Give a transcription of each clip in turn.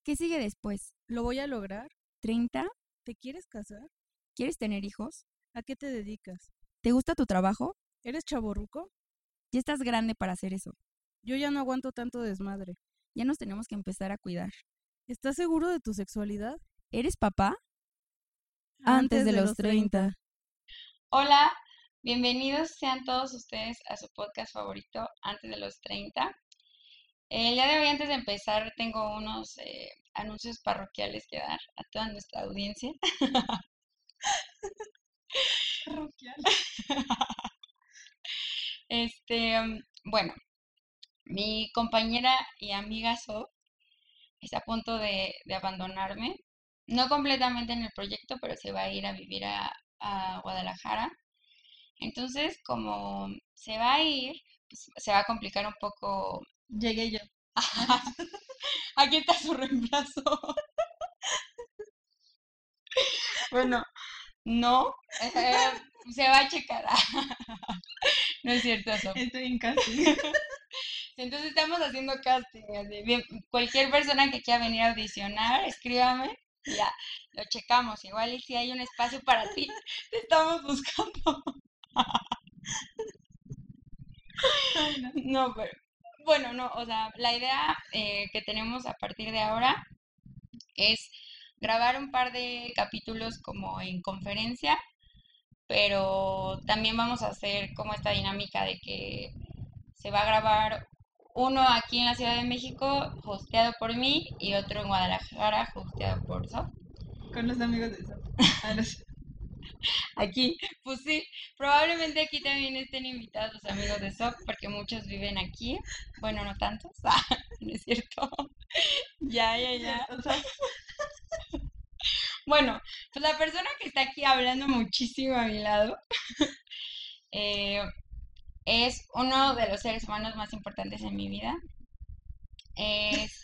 ¿Qué sigue después? ¿Lo voy a lograr? ¿30? ¿Te quieres casar? ¿Quieres tener hijos? ¿A qué te dedicas? ¿Te gusta tu trabajo? ¿Eres chavorruco? Ya estás grande para hacer eso. Yo ya no aguanto tanto desmadre. Ya nos tenemos que empezar a cuidar. ¿Estás seguro de tu sexualidad? ¿Eres papá? Antes de los 30. Hola, bienvenidos sean todos ustedes a su podcast favorito antes de los 30. El día de hoy, antes de empezar, tengo unos anuncios parroquiales que dar a toda nuestra audiencia. Parroquial. Bueno, mi compañera y amiga So está a punto de abandonarme. No completamente en el proyecto, pero se va a ir a vivir a Guadalajara. Entonces, como se va a ir, pues, se va a complicar un poco. Llegué yo. Aquí está su reemplazo. Bueno, no, se va a checar. No es cierto eso. Estoy en casting. Entonces estamos haciendo casting. Así, bien, cualquier persona que quiera venir a audicionar, escríbame y ya lo checamos. Igual y si hay un espacio para ti, te estamos buscando. Ay, no. No, pero bueno, no, o sea, la idea que tenemos a partir de ahora es grabar un par de capítulos como en conferencia, pero también vamos a hacer como esta dinámica de que se va a grabar uno aquí en la Ciudad de México, hosteado por mí, y otro en Guadalajara, hosteado por Sof. Con los amigos de eso. Aquí, pues sí, probablemente aquí también estén invitados los amigos de Sof, porque muchos viven aquí. Bueno, no tantos, no es cierto. Ya. O sea, Bueno, pues la persona que está aquí hablando muchísimo a mi lado es uno de los seres humanos más importantes en mi vida. Es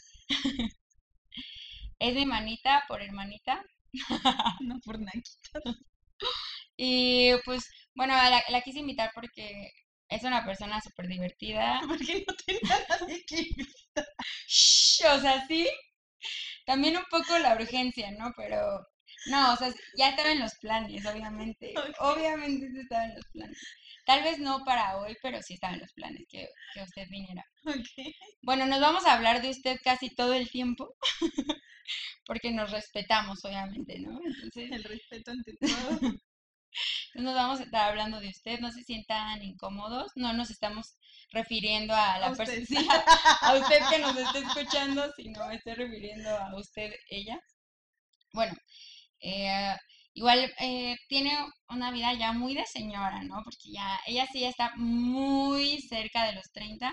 mi manita por hermanita. no por Naquita. Y pues, bueno, la quise invitar porque es una persona súper divertida. Porque no tenía nadie que invitar. O sea, sí, también un poco la urgencia, ¿no? Pero, no, o sea, ya estaba en los planes, obviamente. Ok. Obviamente sí estaba en los planes. Tal vez no para hoy, pero sí estaba en los planes que usted viniera. Ok. Bueno, nos vamos a hablar de usted casi todo el tiempo, porque nos respetamos, obviamente, ¿no? Entonces, El respeto ante todo. nos vamos a estar hablando de usted, no se sientan incómodos, no nos estamos refiriendo a la usted. persona, sí, a usted que nos esté escuchando, sino me estoy refiriendo a usted, ella. Bueno, igual tiene una vida ya muy de señora, ¿no? Porque ella sí ya está muy cerca de los 30.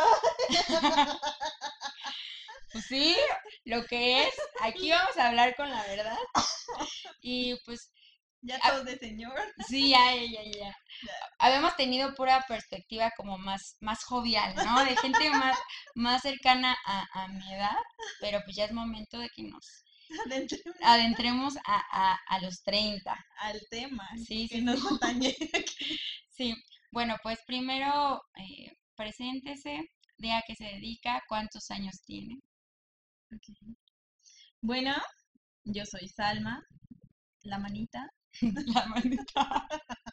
Pues sí, lo que es, aquí vamos a hablar con la verdad. Y pues Ya todo de señor. sí, ya. Habíamos tenido pura perspectiva como más jovial, ¿no? De gente más cercana a mi edad, pero pues ya es momento de que nos adentremos a los 30. Al tema. Sí, Que sí, nos sí. atañe. Sí, bueno, pues primero preséntese, diga a qué se dedica, cuántos años tiene. Okay. Bueno, yo soy Salma, la manita. La manita.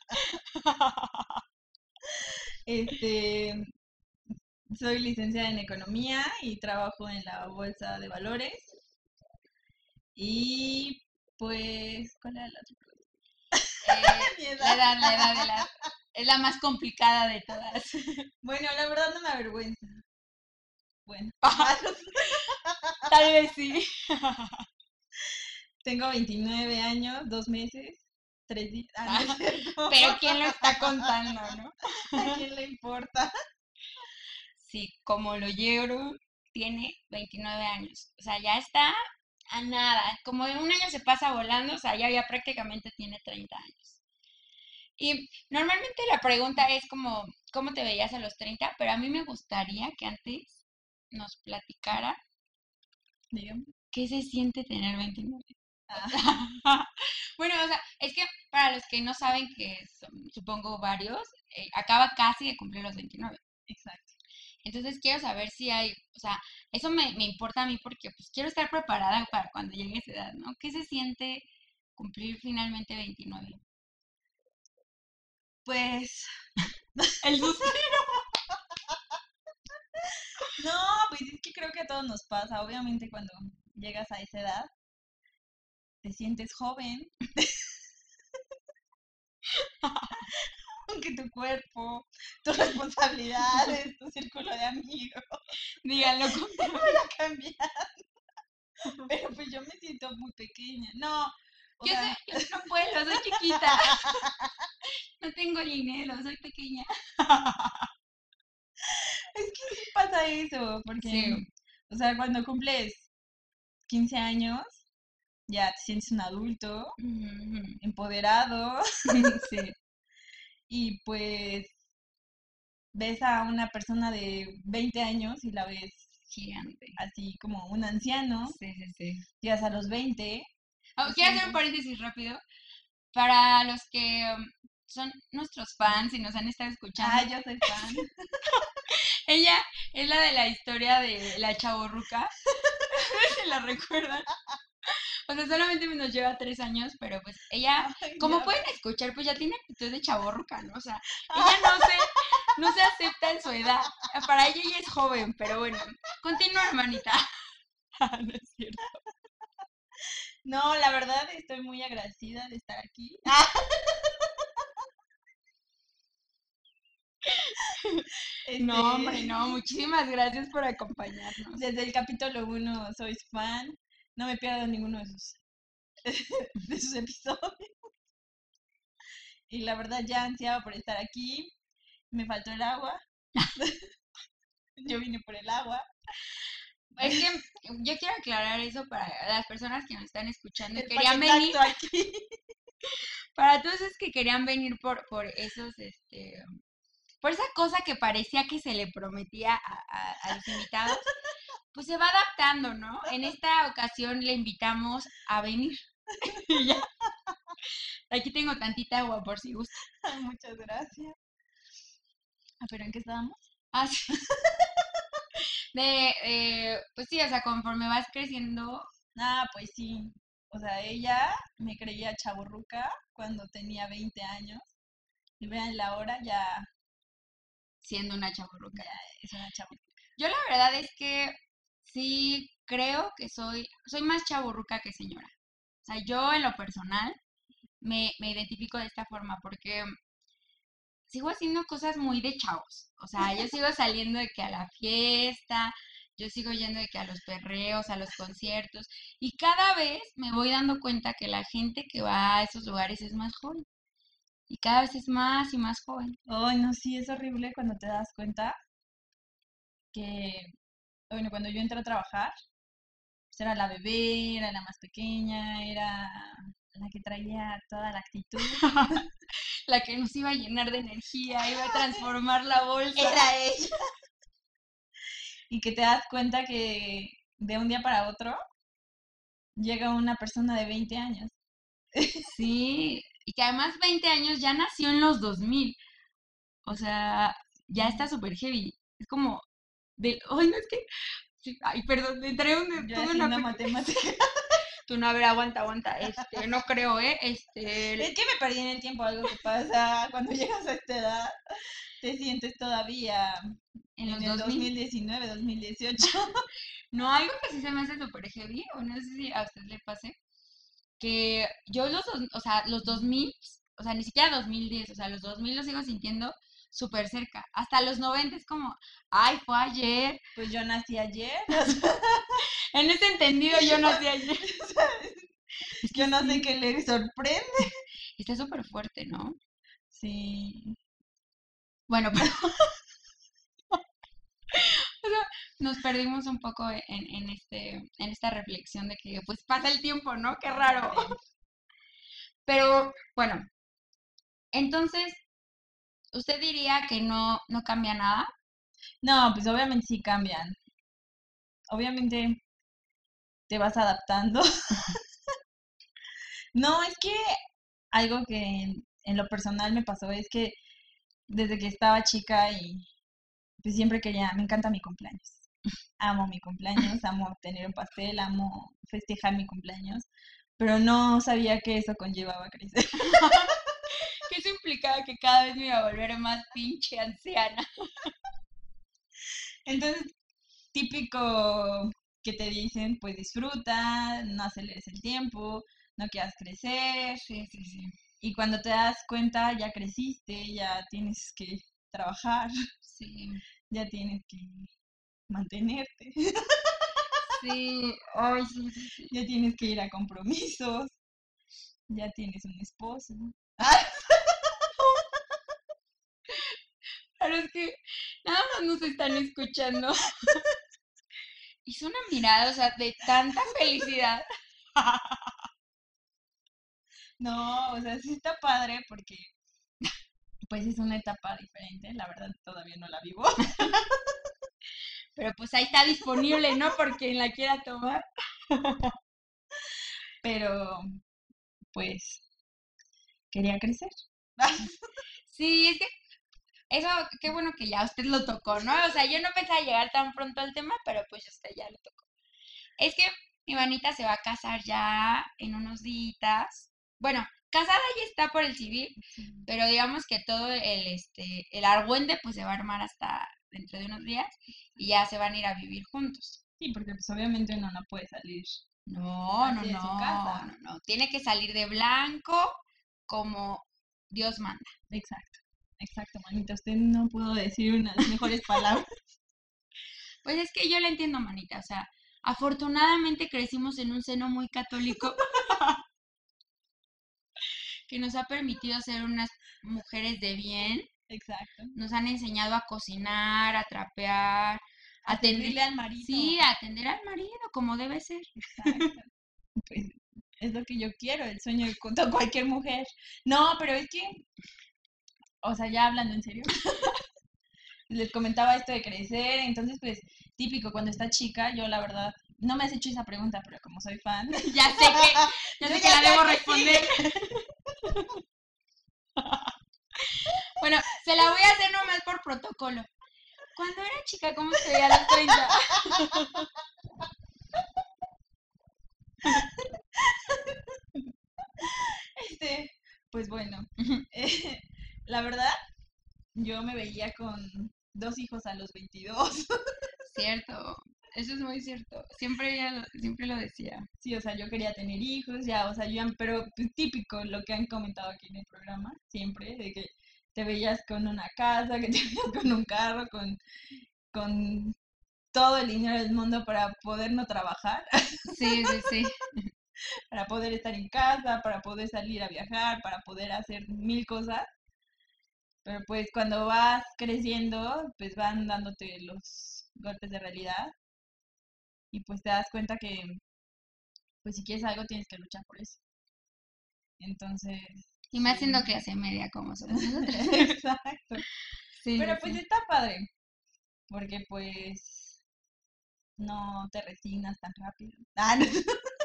Soy licenciada en economía y trabajo en la bolsa de valores. Y pues, ¿cuál era la otra pregunta? Mi edad. La edad. Es la más complicada de todas. Bueno, la verdad no me avergüenza. Bueno, Tal vez sí. tengo 29 años, 2 meses, 3 días. No es cierto. Pero ¿quién lo está contando, no? ¿A quién le importa? Sí, como lo oyeron, tiene 29 años. O sea, ya está a nada. Como en un año se pasa volando, o sea, ya prácticamente tiene 30 años. Y normalmente la pregunta es como, ¿cómo te veías a los 30? Pero a mí me gustaría que antes nos platicara Dígame. qué se siente tener 29. Ah, Bueno, o sea, es que para los que no saben, que son, supongo varios, acaba casi de cumplir los 29. exacto. Entonces quiero saber si hay, o sea, eso me importa a mí porque pues quiero estar preparada para cuando llegue esa edad, ¿no? ¿Qué se siente cumplir finalmente 29? Pues, El suspiro. no, pues es que creo que a todos nos pasa. Obviamente cuando llegas a esa edad, te sientes joven, aunque tu cuerpo, tus responsabilidades, tu círculo de amigos Díganlo con vaya cambiando. Pero pues yo me siento muy pequeña. No, o Yo, sea, yo no puedo, soy chiquita, no tengo dinero, soy pequeña. es que sí pasa eso, porque, Sí. o sea, cuando cumples 15 años, ya te sientes un adulto, Ujú. empoderado, Sí, y pues ves a una persona de 20 años y la ves gigante. así como un anciano, Sí, sí, sí. llegas a los 20, te Quiero hacer un sientes... paréntesis rápido. Para los que son nuestros fans y nos han estado escuchando, Ah, yo soy fan. ella es la de la historia de la chavorruca. ¿Se la recuerdan? O sea, solamente nos lleva 3 años, pero pues ella, Ay, como ya pueden ves. escuchar, pues ya tiene actitud de chavorruca, ¿no? O sea, ella no se acepta en su edad. Para ella es joven, pero bueno. Continúa, hermanita. No es cierto. No, la verdad estoy muy agradecida de estar aquí. No, hombre, Este, no. Muchísimas gracias por acompañarnos. desde el capítulo 1 soy fan. No me pierdo ninguno de sus episodios. Y la verdad ya ansiaba por estar aquí. Me faltó el agua. Yo vine por el agua. Es que yo quiero aclarar eso para las personas que nos están escuchando y El querían venir, paquetazo aquí. para todos esos que querían venir por esos, por esa cosa que parecía que se le prometía a los invitados, pues se va adaptando, ¿no? En esta ocasión le invitamos a venir. Y ya, aquí tengo tantita agua por si gusta. Ay, muchas gracias. Ah, ¿pero en qué estábamos? Ah, sí. Pues sí, o sea, conforme vas creciendo, Ah, pues sí. O sea, ella me creía chavorruca cuando tenía 20 años. Y vean la hora, ya, siendo una chavorruca. ya es una chavorruca. Yo la verdad es que sí creo que soy más chavorruca que señora. O sea, yo en lo personal me identifico de esta forma porque sigo haciendo cosas muy de chavos. O sea, yo sigo saliendo de que a la fiesta, yo sigo yendo de que a los perreos, a los conciertos, y cada vez me voy dando cuenta que la gente que va a esos lugares es más joven. Y cada vez es más y más joven. Ay, no, sí, es horrible cuando te das cuenta que, bueno, cuando yo entré a trabajar, pues era la bebé, era la más pequeña, era la que traía toda la actitud. La que nos iba a llenar de energía, iba a transformar la bolsa. Era ella. Y que te das cuenta que de un día para otro llega una persona de 20 años. Sí, y que además 20 años ya nació en los 2000. O sea, ya está súper heavy. Es como ay, no es que, sí, ay, perdón, Yo tuve una haciendo matemáticas. tú no, a ver, aguanta, no creo, Es que me perdí en el tiempo, algo que pasa cuando llegas a esta edad. Te sientes todavía en en los el 2000. 2019, 2018. No, algo que sí se me hace súper heavy, o no sé si a usted le pase, que yo o sea, los 2000, o sea, ni siquiera 2010, o sea, los 2000 los sigo sintiendo súper cerca. Hasta los 90 es como, ay, fue ayer. Pues yo nací ayer. En ese entendido yo nací ayer. Es que Yo no sé sí, qué le sorprende. está súper fuerte, ¿no? Sí. Bueno, pero o sea, nos perdimos un poco en esta reflexión de que pues pasa el tiempo, ¿no? Qué raro. Pero bueno, entonces, ¿usted diría que no cambia nada? No, pues obviamente sí cambian. Obviamente te vas adaptando. No, es que algo que en lo personal me pasó es que desde que estaba chica y pues siempre me encanta mi cumpleaños. Amo mi cumpleaños, amo tener un pastel, amo festejar mi cumpleaños, pero no sabía que eso conllevaba crecer. Que eso implicaba que cada vez me iba a volver más pinche anciana. Entonces, típico que te dicen, pues disfruta, no aceleres el tiempo, no quieras crecer. Sí. Y cuando te das cuenta, ya creciste, ya tienes que trabajar, Sí. ya tienes que mantenerte, Sí, ay, sí. ya tienes que ir a compromisos, ya tienes un esposo. Pero es que nada más nos están escuchando. Hizo una mirada, o sea, de tanta felicidad. No, o sea, sí está padre porque pues es una etapa diferente, la verdad todavía no la vivo, Pero pues ahí está disponible, ¿no? Por quien la quiera tomar. pero pues quería crecer. Sí, es que eso, qué bueno que ya usted lo tocó, ¿no? O sea, yo no pensaba llegar tan pronto al tema, pero pues usted ya lo tocó. Es que mi manita se va a casar ya en unos días. Bueno, casada ya está por el civil, pero digamos que todo el argüende pues se va a armar hasta dentro de unos días y ya se van a ir a vivir juntos. Sí, porque pues obviamente uno no puede salir No, así de su casa. no. Tiene que salir de blanco como Dios manda. Exacto, manita, usted no pudo decir unas mejores palabras. Pues es que yo la entiendo, manita. O sea, afortunadamente crecimos en un seno muy católico que nos ha permitido ser unas mujeres de bien. Exacto. Nos han enseñado a cocinar, a trapear, A servirle al marido. Sí, a atender al marido como debe ser. Exacto. Pues es lo que yo quiero, el sueño de cualquier mujer. No, pero es que, o sea, ya hablando en serio, les comentaba esto de crecer, entonces pues típico cuando está chica, yo la verdad, no me has hecho esa pregunta, pero como soy fan, Ya sé que, Yo que ya la sé debo que responder. Bueno, se la voy a hacer nomás por protocolo. Cuando era chica, ¿cómo se veía a los 30? pues bueno, la verdad, yo me veía con 2 hijos a los 22. Cierto, eso es muy cierto. Siempre lo decía. Sí, o sea, yo quería tener hijos, ya, o sea, pero pues, típico lo que han comentado aquí en el programa, siempre, de que te veías con una casa, que te veías con un carro, con todo el dinero del mundo para poder no trabajar, Sí. para poder estar en casa, para poder salir a viajar, para poder hacer 1000 cosas. Pero pues cuando vas creciendo, pues van dándote los golpes de realidad y pues te das cuenta que pues si quieres algo tienes que luchar por eso. Entonces, Y más sí. siendo clase media como somos nosotros. Exacto. Sí, Pero sí, pues sí. está padre, porque pues no te resignas tan rápido. Ah, no.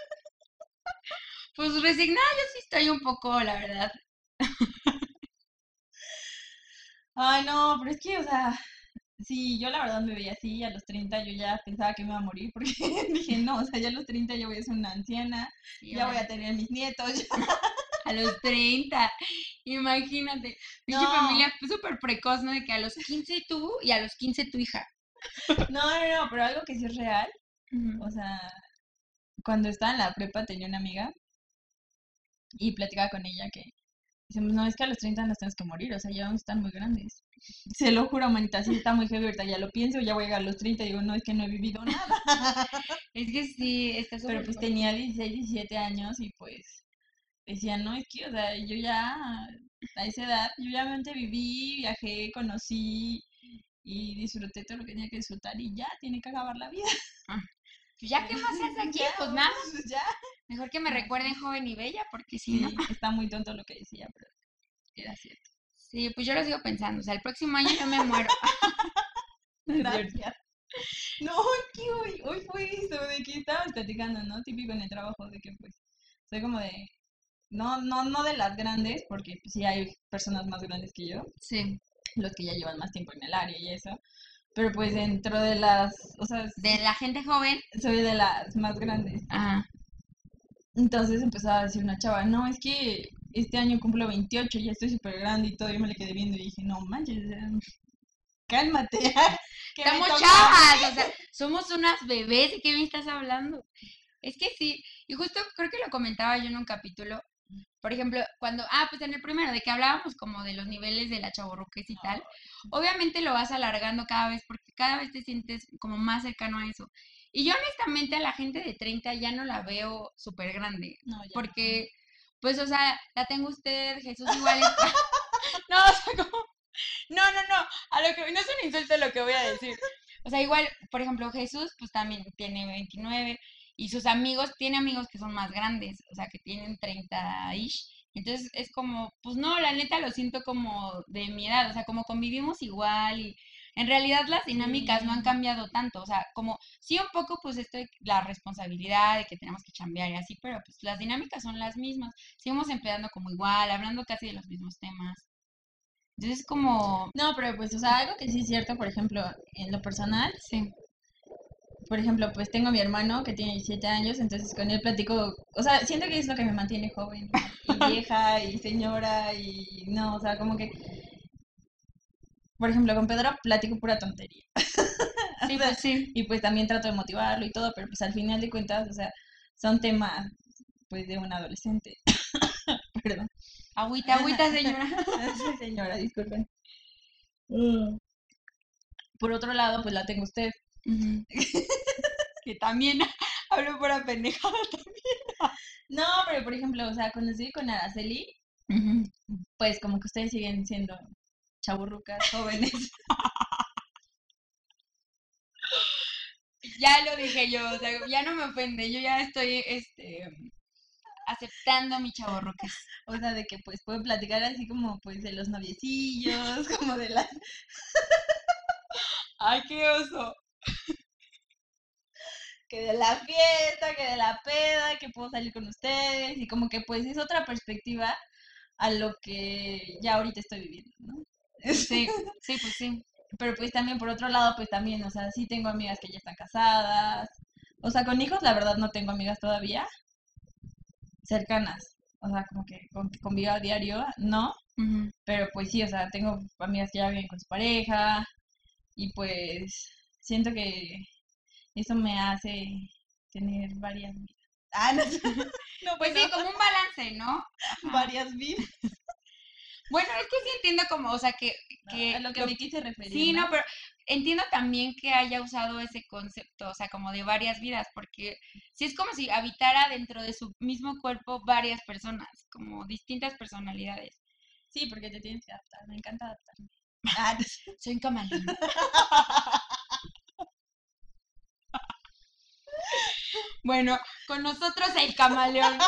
Pues resignada yo sí estoy un poco, la verdad. Ay, no, pero es que, o sea, sí, yo la verdad me veía así, a los 30 yo ya pensaba que me iba a morir, porque dije, no, o sea, ya a los 30 ya voy a ser una anciana, Sí, ya voy ahora a tener mis nietos, ya. a los 30, imagínate. Pinche No, familia súper precoz, ¿no? De que a los 15 tú y a los 15 tu hija. no, pero algo que sí es real, Ujú. o sea, cuando estaba en la prepa tenía una amiga y platicaba con ella que decimos, no, es que a los 30 nos tenemos que morir, o sea, ya vamos a estar muy grandes. Se lo juro, manita, sí está muy heavy ahorita, ya lo pienso, ya voy a llegar a los 30 y digo, no, es que no he vivido nada. Es que sí, está Pero súper pues fuerte. tenía 16, 17 años y pues decía, no, es que, o sea, yo ya a esa edad, yo ya realmente viví, viajé, conocí y disfruté todo lo que tenía que disfrutar y ya tiene que acabar la vida. Pues ya, ¿qué más se hace aquí? Ya, Pues nada, pues, ya. mejor que me No, recuerden joven y bella, porque si no. sí, está muy tonto lo que decía, pero era cierto. Sí, pues yo lo sigo pensando. O sea, el próximo año yo me muero. No es cierto. Gracias. No, es que hoy fue eso, de que estábamos platicando, ¿no? Típico en el trabajo, de que pues soy como de, no de las grandes, porque pues, sí hay personas más grandes que yo, Sí. los que ya llevan más tiempo en el área y eso, pero pues dentro de las, o sea, De la gente joven. soy de las más grandes. Ajá. Entonces empezaba a decir una chava, no, es que este año cumplo 28, ya estoy súper grande y todo, yo me le quedé viendo y dije, no manches, cálmate, que me Estamos toca. chavas, o sea, somos unas bebés, ¿de qué me estás hablando? Es que sí, y justo creo que lo comentaba yo en un capítulo, por ejemplo, cuando, pues en el primero, de que hablábamos como de los niveles de la chavorruquez y tal, obviamente lo vas alargando cada vez porque cada vez te sientes como más cercano a eso. Y yo honestamente a la gente de 30 ya no la veo súper grande, No, ya porque, pues, o sea, la tengo usted, Jesús igual está. No, o sea, como, no, a lo que, no es un insulto lo que voy a decir. O sea, igual, por ejemplo, Jesús, pues también tiene 29 y sus amigos, tiene amigos que son más grandes, o sea, que tienen 30-ish. Entonces es como, pues no, la neta lo siento como de mi edad, o sea, como convivimos igual y en realidad las dinámicas no han Sí. cambiado tanto, o sea, como sí un poco pues esto de la responsabilidad de que tenemos que chambear y así, pero pues las dinámicas son las mismas, seguimos empleando como igual, hablando casi de los mismos temas. Entonces es como, No, pero pues, o sea, algo que sí es cierto, por ejemplo, en lo personal, sí. por ejemplo, pues tengo a mi hermano que tiene 17 años, entonces con él platico, o sea, siento que es lo que me mantiene joven, y vieja, y señora, y no, o sea, como que, por ejemplo, con Pedro platico pura tontería. O Sí, sea, pues sí. y pues también trato de motivarlo y todo, pero pues al final de cuentas, o sea, son temas, pues, de un adolescente. Perdón. Agüita, señora. Sí, señora, disculpen. Mm. Por otro lado, pues la tengo usted. Ujú. Que también hablo pura pendejada también. No, pero por ejemplo, o sea, conocí con Araceli, Ujú. pues como que ustedes siguen siendo chaburrucas, jóvenes. Ya lo dije yo, o sea, ya no me ofende, yo ya estoy, aceptando mi chavorruques. O sea, de que pues pueden platicar así como pues de los noviecillos, como de las, Ay, qué oso. que de la fiesta, que de la peda, que puedo salir con ustedes y como que pues es otra perspectiva a lo que ya ahorita estoy viviendo, ¿no? Sí, sí, pues sí. Pero pues también por otro lado, pues también, o sea, sí tengo amigas que ya están casadas. O sea, con hijos la verdad no tengo amigas todavía cercanas. O sea, como que con que convivo a diario, no. Ujú. Pero pues sí, o sea, tengo amigas que ya viven con su pareja y pues siento que eso me hace tener varias vidas. Ah, no sé. No, Pues bueno, sí, como un balance, ¿no? Ajá. varias vidas. Bueno, es que sí entiendo como, o sea, A lo que me quise referir, sí, ¿no? no, pero entiendo también que haya usado ese concepto, o sea, como de varias vidas, porque sí es como si habitara dentro de su mismo cuerpo varias personas, como distintas personalidades. Sí, porque te tienes que adaptar. Me encanta adaptarme. Ah, no sé. Soy un camaleón. Bueno, con nosotros el camaleón.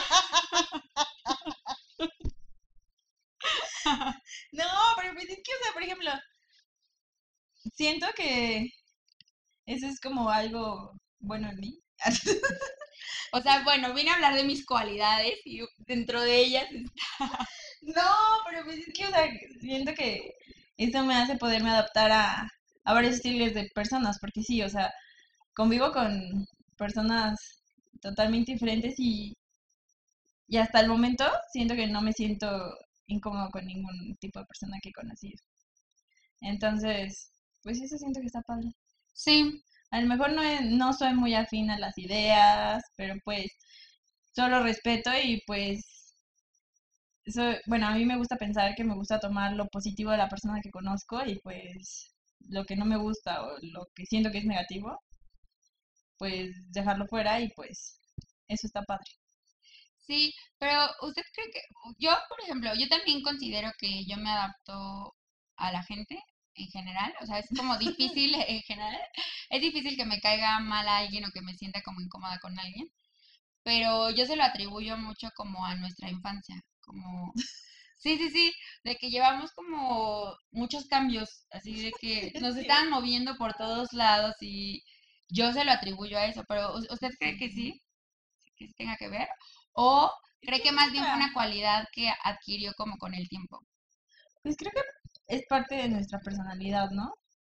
No, pero pues es que, o sea, por ejemplo, siento que eso es como algo bueno en mí. O sea, bueno, vine a hablar de mis cualidades y dentro de ellas, No, pero pues es que, o sea, siento que eso me hace poderme adaptar a varios estilos de personas, porque sí, o sea, convivo con personas totalmente diferentes y hasta el momento siento que no me siento incómodo con ningún tipo de persona que he conocido. Entonces, pues eso siento que está padre. sí, A lo mejor no soy muy afín a las ideas, pero pues solo respeto y pues eso, bueno, a mí me gusta pensar que me gusta tomar lo positivo de la persona que conozco y pues lo que no me gusta o lo que siento que es negativo, pues dejarlo fuera y pues eso está padre. sí, pero ¿usted cree que yo, por ejemplo, yo también considero que yo me adapto a la gente en general, o sea, es como difícil en general, es difícil que me caiga mal a alguien o que me sienta como incómoda con alguien, pero yo se lo atribuyo mucho como a nuestra infancia, como sí, sí, sí, de que llevamos como muchos cambios, así de que nos Sí. estaban moviendo por todos lados y yo se lo atribuyo a eso, pero ¿usted cree que sí? ¿Que sí tenga que ver? ¿O cree que más bien fue una cualidad que adquirió como con el tiempo? Pues creo que es parte de nuestra personalidad, ¿no?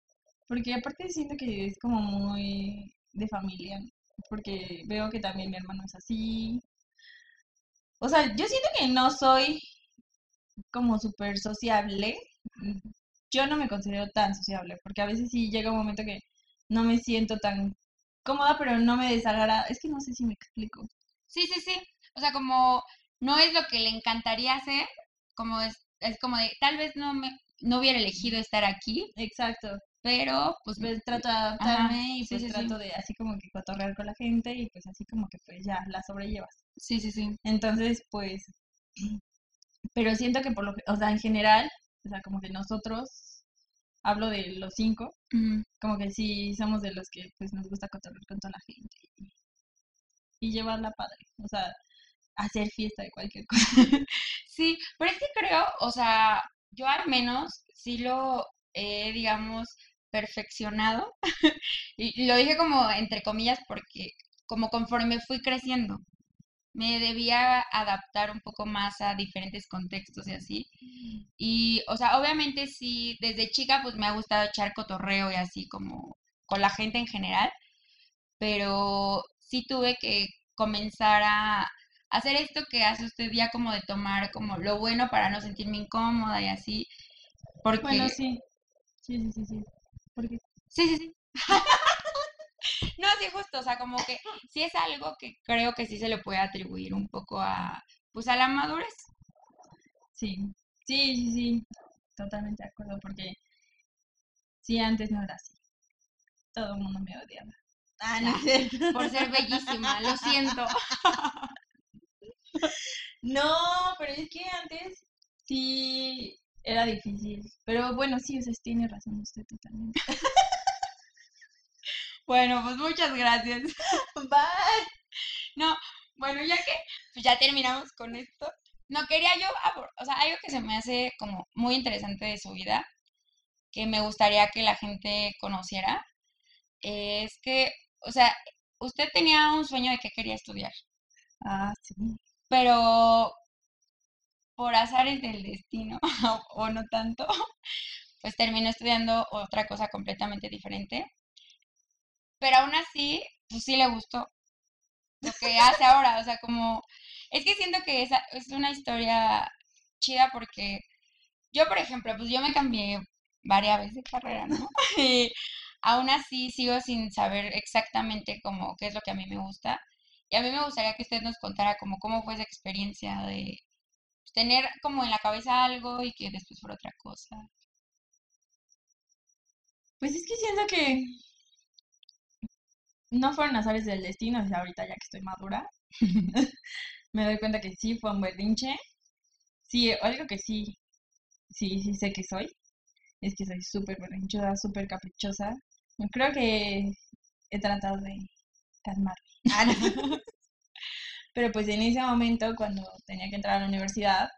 porque aparte siento que es como muy de familia, porque veo que también mi hermano es así. O sea, yo siento que no soy como súper sociable. mm, Yo no me considero tan sociable, porque a veces sí llega un momento que no me siento tan cómoda, pero no me desagrada. Es que no sé si me explico. Sí, sí, sí. O sea, como no es lo que le encantaría hacer, como es como de, tal vez no hubiera elegido estar aquí, Exacto. pero pues, Pues trato de ajá, adaptarme y sí, pues sí, sí. trato de así como que cotorrear con la gente y pues así como que pues ya la sobrellevas. Sí, sí, sí. Entonces, pues, pero siento que o sea, en general, o sea, como que nosotros, hablo de los 5, Ujú. como que sí somos de los que pues nos gusta cotorrear con toda la gente y llevarla padre, o sea, hacer fiesta de cualquier cosa. Sí, pero es que creo, o sea, yo al menos sí lo he, digamos, perfeccionado. Y lo dije como entre comillas porque como conforme fui creciendo, me debía adaptar un poco más a diferentes contextos y así. Y, o sea, obviamente sí, desde chica pues me ha gustado echar cotorreo y así como con la gente en general, pero sí tuve que comenzar a hacer esto que hace usted ya como de tomar como lo bueno para no sentirme incómoda y así, Bueno, porque sí, sí, sí, sí, sí. Porque sí, sí, sí. No, sí, justo, o sea, como que sí es algo que creo que sí se le puede atribuir un poco a, pues a la madurez. sí, sí, sí, sí, totalmente de acuerdo, porque sí, antes no era así, todo el mundo me odiaba. Ah, no es Ah, cierto. por ser bellísima, lo siento. No, pero es que antes sí era difícil. Pero bueno, sí, o sea, tiene razón usted totalmente. Bueno, pues muchas gracias. Bye. No, bueno, ya que pues ya terminamos con esto, no quería yo, o sea, algo que se me hace como muy interesante de su vida, que me gustaría que la gente conociera, es que, o sea, usted tenía un sueño de que quería estudiar, Ah, sí. pero por azares del destino, o no tanto, pues terminó estudiando otra cosa completamente diferente, pero aún así, pues sí le gustó lo que hace ahora, o sea, como, es que siento que esa es una historia chida porque yo, por ejemplo, pues yo me cambié varias veces de carrera, ¿no? Y aún así sigo sin saber exactamente como qué es lo que a mí me gusta. Y a mí me gustaría que usted nos contara como cómo fue esa experiencia de pues, tener como en la cabeza algo y que después fuera otra cosa. Pues es que siento que no fueron azares del destino, o sea, ahorita ya que estoy madura, me doy cuenta que sí fue un berrinche. Sí, algo que sí, sí, sí sé que soy, es que soy súper berrinchuda, súper caprichosa. Creo que he tratado de calmar. Ah, no. Pero pues en ese momento, cuando tenía que entrar a la universidad,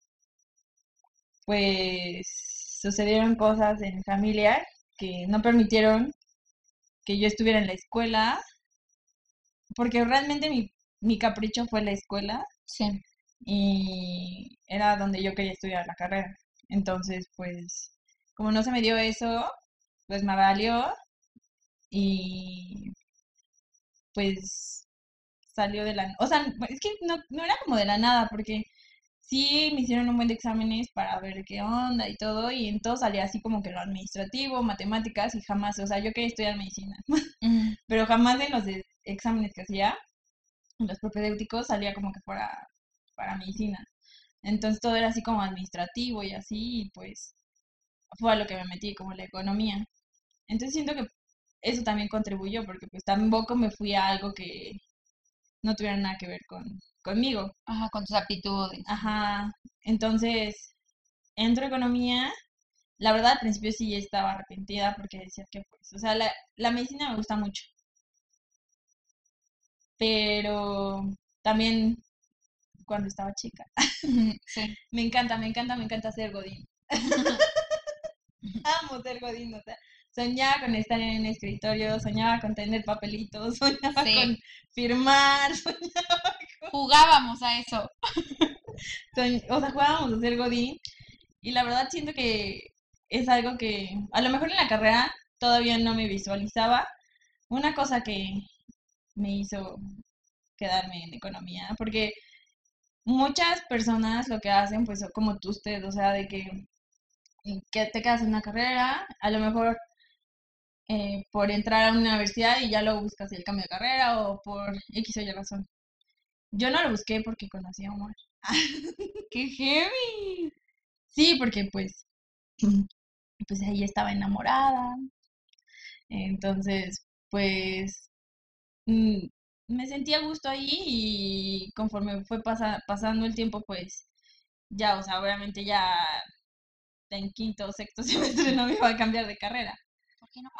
pues sucedieron cosas en mi familia que no permitieron que yo estuviera en la escuela, porque realmente mi capricho fue la escuela Sí. y era donde yo quería estudiar la carrera. Entonces, pues, como no se me dio eso, pues me valió y pues salió de la... O sea, es que no era como de la nada, porque sí me hicieron un buen de exámenes para ver qué onda y todo, y en todo salía así como que lo administrativo, matemáticas, y jamás, o sea, yo quería estudiar medicina, Ujú. pero jamás en los exámenes que hacía, en los propedéuticos, salía como que fuera para medicina. Entonces todo era así como administrativo y así, y pues fue a lo que me metí, como la economía. Entonces siento que eso también contribuyó, porque pues tampoco me fui a algo que no tuviera nada que ver conmigo. Ajá, con tus aptitudes. Ajá, entonces entro a economía. La verdad, al principio sí estaba arrepentida porque decía que, pues, o sea, la medicina me gusta mucho, pero también cuando estaba chica, Ujú, sí. me encanta, me encanta, me encanta ser Godín. Amo ser Godín, o sea, soñaba con estar en un escritorio, soñaba con tener papelitos, soñaba Sí, con firmar, jugábamos a eso. o sea, jugábamos a ser Godín y la verdad siento que es algo que a lo mejor en la carrera todavía no me visualizaba. Una cosa que me hizo quedarme en economía, porque muchas personas lo que hacen, pues como tú, usted, o sea, de que te quedas en una carrera, a lo mejor por entrar a una universidad y ya luego buscas el cambio de carrera o por X o Y razón. Yo no lo busqué porque conocí a Omar. ¡Qué heavy! Sí, porque pues ahí estaba enamorada. Entonces, pues mm, me sentí a gusto ahí y conforme fue pasando el tiempo, pues ya, o sea, obviamente ya en quinto o sexto semestre no me iba a cambiar de carrera. ¿Por qué no?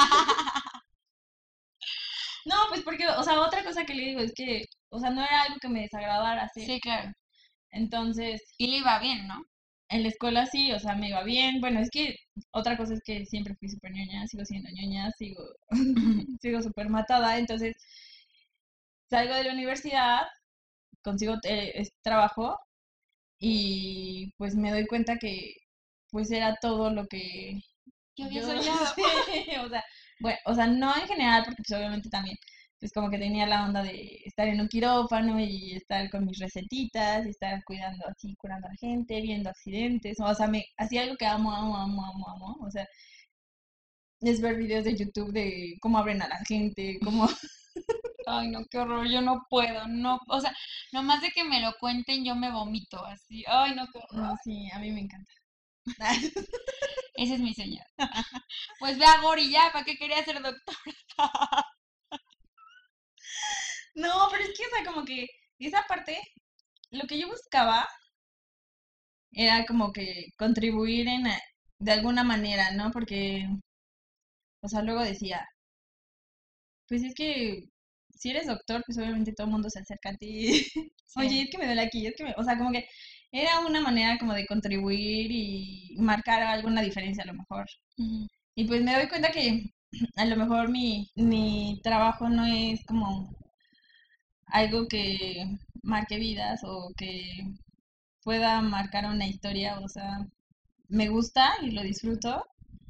No, pues porque, o sea, otra cosa que le digo es que, o sea, no era algo que me desagradara hacer. Sí, claro. Entonces, Y le iba bien, ¿no? en la escuela sí, o sea, me iba bien. Bueno, es que otra cosa es que siempre fui súper ñoña, sigo siendo ñoña, sigo súper matada. Entonces, salgo de la universidad, consigo este trabajo y pues me doy cuenta que pues era todo lo que Yo había yo soñado. sí, o sea, bueno, o sea, no en general, porque pues obviamente también, pues como que tenía la onda de estar en un quirófano y estar con mis recetitas y estar cuidando así, curando a la gente, viendo accidentes, o sea, me hacía algo que amo, amo, amo, amo, amo, o sea, es ver videos de YouTube de cómo abren a la gente, cómo... Ay, no, qué horror, yo no puedo, no, o sea, nomás de que me lo cuenten yo me vomito así. Ay, no, qué horror. No, sí, a mí me encanta. Ese es mi sueño. Pues ve a Gori ya, ¿para qué quería ser doctor? No, pero es que, o sea, como que esa parte, lo que yo buscaba era como que contribuir de alguna manera, ¿no? Porque, o sea, luego decía, pues es que si eres doctor, pues obviamente todo el mundo se acerca a ti. Oye, Sí. es que me duele aquí, o sea, como que era una manera como de contribuir y marcar alguna diferencia a lo mejor. Ujú. Y pues me doy cuenta que a lo mejor mi trabajo no es como algo que marque vidas o que pueda marcar una historia, o sea, me gusta y lo disfruto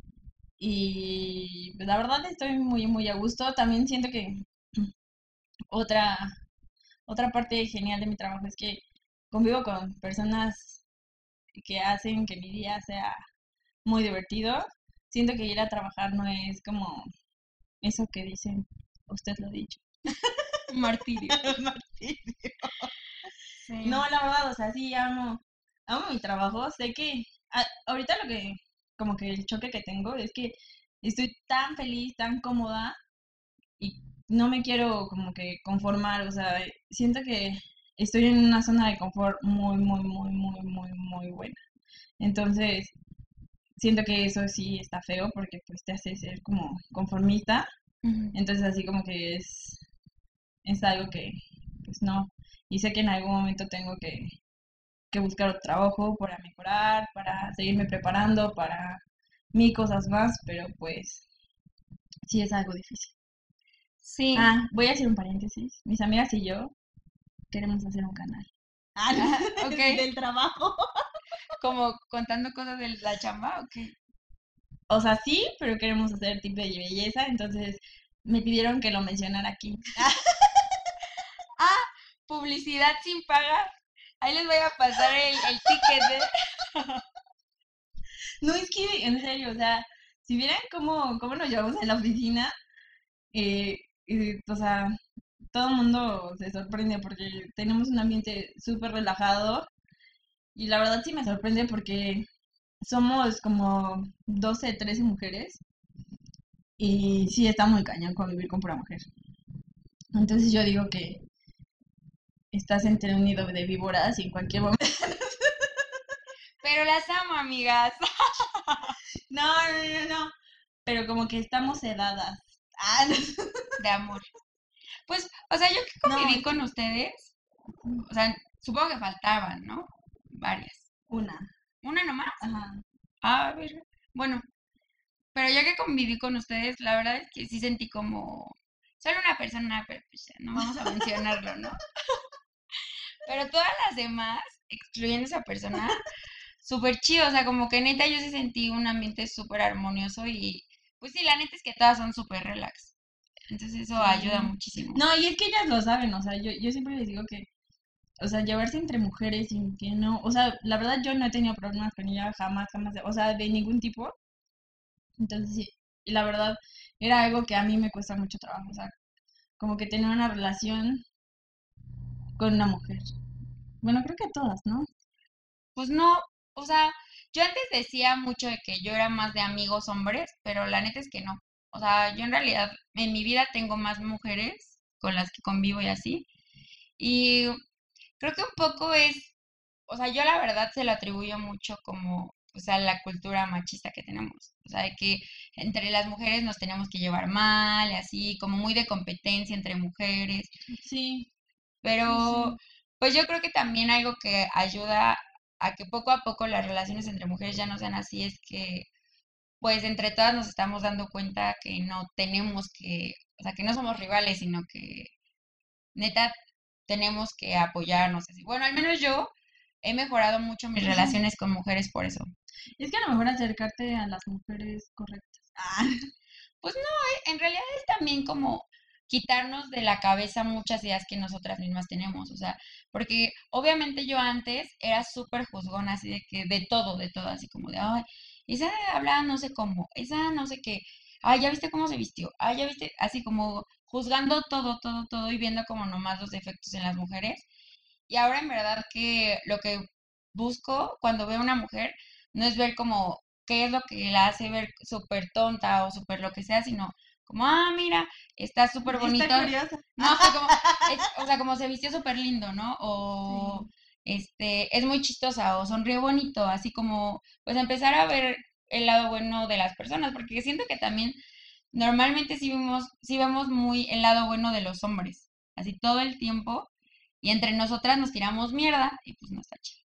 y pues, la verdad estoy muy, muy a gusto. También siento que otra, otra parte genial de mi trabajo es que convivo con personas que hacen que mi día sea muy divertido. Siento que ir a trabajar no es como eso que dicen, usted lo ha dicho. Martirio. Martirio. Sí. No, la verdad, o sea, sí amo mi trabajo. Sé que ahorita lo que, como que el choque que tengo es que estoy tan feliz, tan cómoda y no me quiero como que conformar, o sea, siento que estoy en una zona de confort muy, muy, muy, muy, muy, muy buena. Entonces, siento que eso sí está feo porque pues te hace ser como conformista. Ujú. Entonces, así como que es algo que pues no. Y sé que en algún momento tengo que buscar otro trabajo para mejorar, para seguirme preparando, para mil cosas más, pero pues sí es algo difícil. Sí. Ah, voy a hacer un paréntesis. Mis amigas y yo queremos hacer un canal. Ah, no, Ajá, ok. del trabajo. Como contando cosas de la chamba, ok. O sea, sí, pero queremos hacer tipo de belleza, entonces me pidieron que lo mencionara aquí. Ah, publicidad sin pagar. Ahí les voy a pasar el ticket, ¿eh? No, es que, en serio, o sea, si vieran cómo nos llevamos en la oficina, o sea, todo el mundo se sorprende porque tenemos un ambiente súper relajado y la verdad sí me sorprende porque somos como 12 13 mujeres y sí está muy cañón convivir con pura mujer. Entonces yo digo que estás entre un nido de víboras y en cualquier momento... Pero las amo, amigas. No, no, no, no, pero como que estamos sedadas. Ah, no, De amor. Pues, o sea, yo que no, conviví es que con ustedes, o sea, supongo que faltaban, ¿no? Varias. una, ¿Una nomás? ajá. A ver. Bueno, pero yo que conviví con ustedes, la verdad es que sí sentí como solo una persona, pero pues ya no vamos a mencionarlo, ¿no? Pero todas las demás, excluyendo esa persona, súper chido, o sea, como que neta yo sí sentí un ambiente súper armonioso y pues sí, la neta es que todas son súper relax. Entonces eso ayuda Sí. muchísimo. No, y es que ellas lo saben, o sea, yo siempre les digo que, o sea, llevarse entre mujeres y que no, o sea, la verdad yo no he tenido problemas con ella jamás, jamás, o sea, de ningún tipo. Entonces sí, y la verdad era algo que a mí me cuesta mucho trabajo, o sea, como que tener una relación con una mujer. Bueno, creo que todas, ¿no? Pues no, o sea, yo antes decía mucho de que yo era más de amigos hombres, pero la neta es que no. O sea, yo en realidad en mi vida tengo más mujeres con las que convivo y así. Y creo que un poco es, o sea, yo la verdad se lo atribuyo mucho como, o sea, la cultura machista que tenemos. O sea, de que entre las mujeres nos tenemos que llevar mal, y así, como muy de competencia entre mujeres. Sí, sí, Pero, sí. pues yo creo que también algo que ayuda a que poco a poco las relaciones entre mujeres ya no sean así es que, pues entre todas nos estamos dando cuenta que no tenemos que, o sea, que no somos rivales, sino que neta tenemos que apoyarnos así. Bueno, al menos yo he mejorado mucho mis relaciones con mujeres por eso. Es que a lo mejor acercarte a las mujeres correctas. Ah, Pues no, en realidad es también como quitarnos de la cabeza muchas ideas que nosotras mismas tenemos, o sea, porque obviamente yo antes era súper juzgona, así de que de todo, así como de, ay, esa habla no sé cómo, esa no sé qué, ay, ya viste cómo se vistió, ay, ya viste, así como juzgando todo, todo, todo y viendo como nomás los defectos en las mujeres. Y ahora en verdad que lo que busco cuando veo a una mujer no es ver como qué es lo que la hace ver súper tonta o súper lo que sea, sino como, ah, mira, está súper bonito. está curiosa. No, como, o sea, como se vistió súper lindo, ¿no? O Sí. es muy chistosa o sonríe bonito, así como, pues empezar a ver el lado bueno de las personas, porque siento que también normalmente sí vemos muy el lado bueno de los hombres, así todo el tiempo, y entre nosotras nos tiramos mierda y pues no está chido.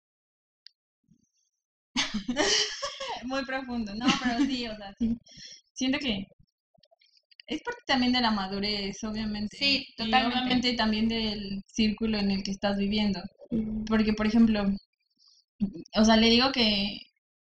Muy profundo. No, pero sí, o sea, sí. Siento que es parte también de la madurez, obviamente. Sí, Y totalmente. obviamente también del círculo en el que estás viviendo. Porque, por ejemplo, o sea, le digo que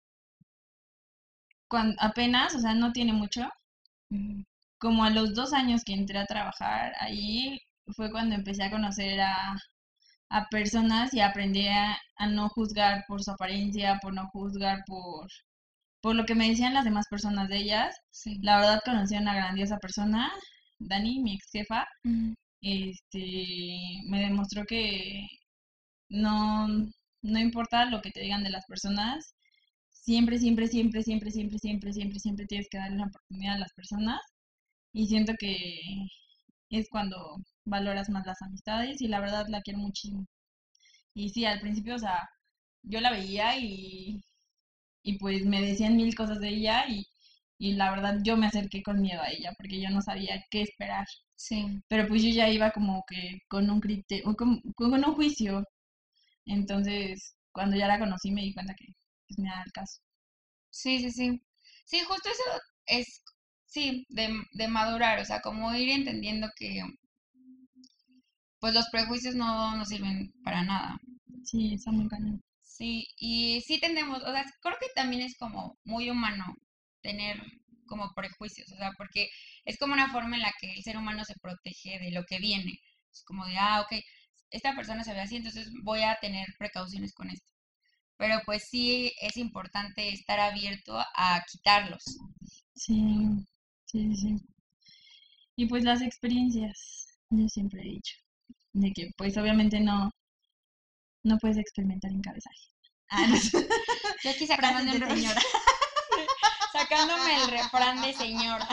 cuando apenas, o sea, no tiene mucho, Ujú. como a los 2 años que entré a trabajar ahí, fue cuando empecé a conocer a personas y aprendí a no juzgar por su apariencia, por no juzgar por lo que me decían las demás personas de ellas. Sí. La verdad conocí a una grandiosa persona, Dani, mi ex jefa, Ujú. me demostró que no, no importa lo que te digan de las personas, siempre, siempre, siempre, siempre, siempre, siempre, siempre, siempre tienes que darle una oportunidad a las personas y siento que es cuando valoras más las amistades y la verdad la quiero muchísimo. Y sí, al principio, o sea, yo la veía y pues me decían mil cosas de ella y la verdad yo me acerqué con miedo a ella porque yo no sabía qué esperar. Sí. Pero pues yo ya iba como que con un criterio, con un juicio. Entonces, cuando ya la conocí me di cuenta que pues, me da el caso. Sí, sí, sí. Sí, justo eso es, sí, de madurar, o sea, como ir entendiendo que pues los prejuicios no sirven para nada. Sí, está muy cañón. Sí, y sí tendemos, o sea, creo que también es como muy humano tener como prejuicios, o sea, porque es como una forma en la que el ser humano se protege de lo que viene. Es como de, ah, ok, esta persona se ve así, entonces voy a tener precauciones con esto. Pero pues sí es importante estar abierto a quitarlos. Sí, sí, sí, sí. Y pues las experiencias, yo siempre he dicho, de que pues obviamente no puedes experimentar en cabeza ajena. Ah, no. Yo aquí Frases sacándome de señora. sacándome el refrán de señora.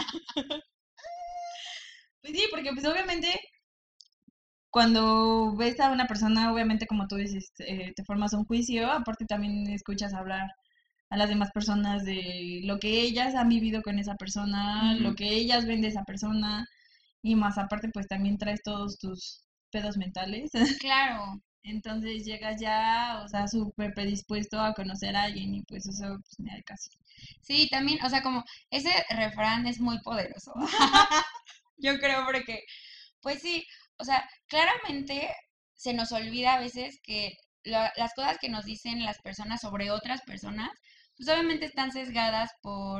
Pues sí, porque pues obviamente cuando ves a una persona, obviamente como tú dices, te formas un juicio, aparte también escuchas hablar a las demás personas de lo que ellas han vivido con esa persona, lo Ujú. que ellas ven de esa persona, y más aparte pues también traes todos tus pedos mentales. Claro, Entonces llegas ya, o sea, súper predispuesto a conocer a alguien y pues eso pues me da el caso. sí, también, o sea, como ese refrán es muy poderoso. Yo creo porque pues sí, o sea, claramente se nos olvida a veces que las cosas que nos dicen las personas sobre otras personas, pues obviamente están sesgadas por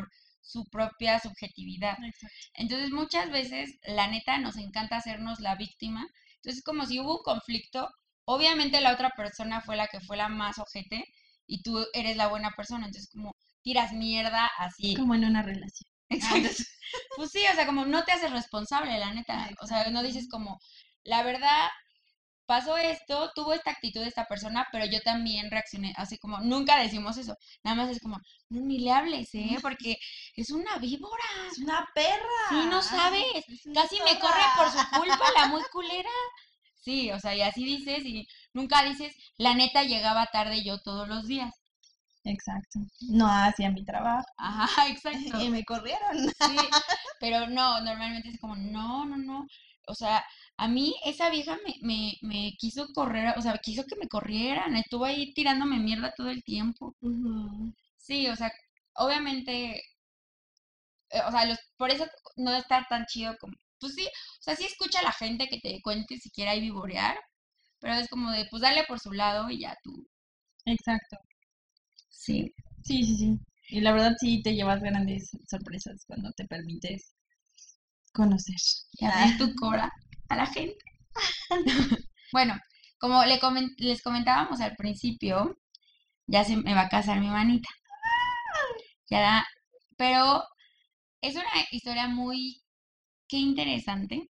su propia subjetividad. Exacto. Entonces muchas veces, la neta, nos encanta hacernos la víctima. Entonces como si hubo un conflicto, obviamente la otra persona fue la que fue la más ojete y tú eres la buena persona. Entonces como tiras mierda así. Como en una relación. Exacto. Pues sí, o sea, como no te haces responsable, la neta. O sea, no dices como, la verdad, pasó esto, tuvo esta actitud esta persona, pero yo también reaccioné, así como, nunca decimos eso, nada más es como, no, ni le hables, porque es una víbora, Es una perra. sí, no sabes, Es una casi me corre por su culpa, la muy culera. Sí, o sea, y así dices, y nunca dices, la neta llegaba tarde yo todos los días. Exacto. No hacía mi trabajo. Ajá, exacto. Y me corrieron. Sí, pero no, normalmente es como, no. O sea, a mí esa vieja me quiso correr, o sea, quiso que me corrieran, estuvo ahí tirándome mierda todo el tiempo. Sí, o sea, obviamente, o sea, por eso no está tan chido como, pues sí, o sea, sí escucha a la gente que te cuente si quiere ahí vivorear, pero es como de, pues dale por su lado y ya tú. Exacto. Sí. Sí. Y la verdad sí te llevas grandes sorpresas cuando te permites conocer. Y abrir tu cora a la gente. Bueno, como les comentábamos al principio, ya se me va a casar mi manita. Ya, pero es una historia muy, qué interesante,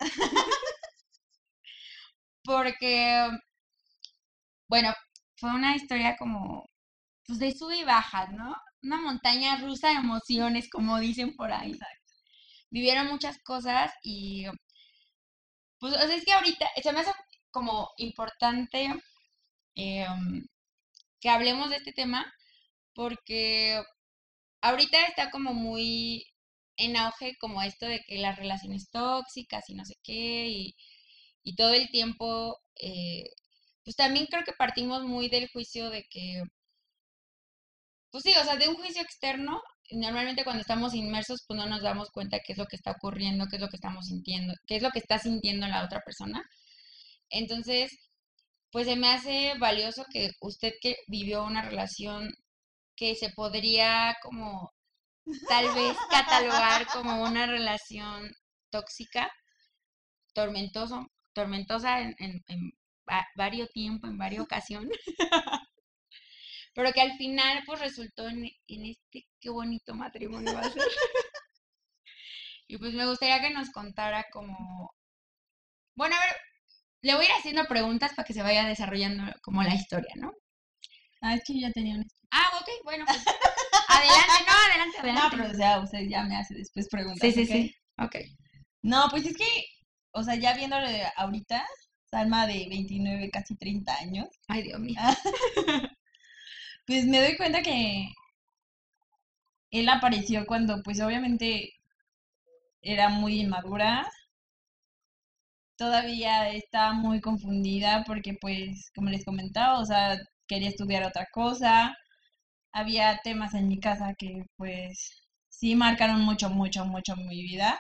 porque, bueno, fue una historia como, pues de sub y bajas, ¿no? Una montaña rusa de emociones, como dicen por ahí. Vivieron muchas cosas y, pues, o sea, es que ahorita se me hace como importante que hablemos de este tema, porque ahorita está como muy en auge como esto de que las relaciones tóxicas y no sé qué, y todo el tiempo, pues también creo que partimos muy del juicio de que, pues sí, o sea, de un juicio externo, normalmente cuando estamos inmersos, pues no nos damos cuenta qué es lo que está ocurriendo, qué es lo que estamos sintiendo, qué es lo que está sintiendo la otra persona. Entonces, pues se me hace valioso que usted que vivió una relación que se podría como tal vez catalogar como una relación tóxica, tormentosa en varios tiempo, en varias ocasiones, pero que al final pues resultó en este qué bonito matrimonio va a ser. Y pues me gustaría que nos contara como, bueno, a ver, le voy a ir haciendo preguntas para que se vaya desarrollando como la historia, ¿no? Ah, es que yo ya tenía una. Ah, ok, bueno, pues adelante. No, pero o sea, usted ya me hace después preguntas. Sí, ok. No, pues es que, o sea, ya viéndolo ahorita, Salma de 29, casi 30 años, Ay, Dios mío. pues me doy cuenta que él apareció cuando, pues obviamente era muy inmadura, todavía estaba muy confundida porque, pues, como les comentaba, o sea, quería estudiar otra cosa, había temas en mi casa que, pues, sí marcaron mucho mi vida.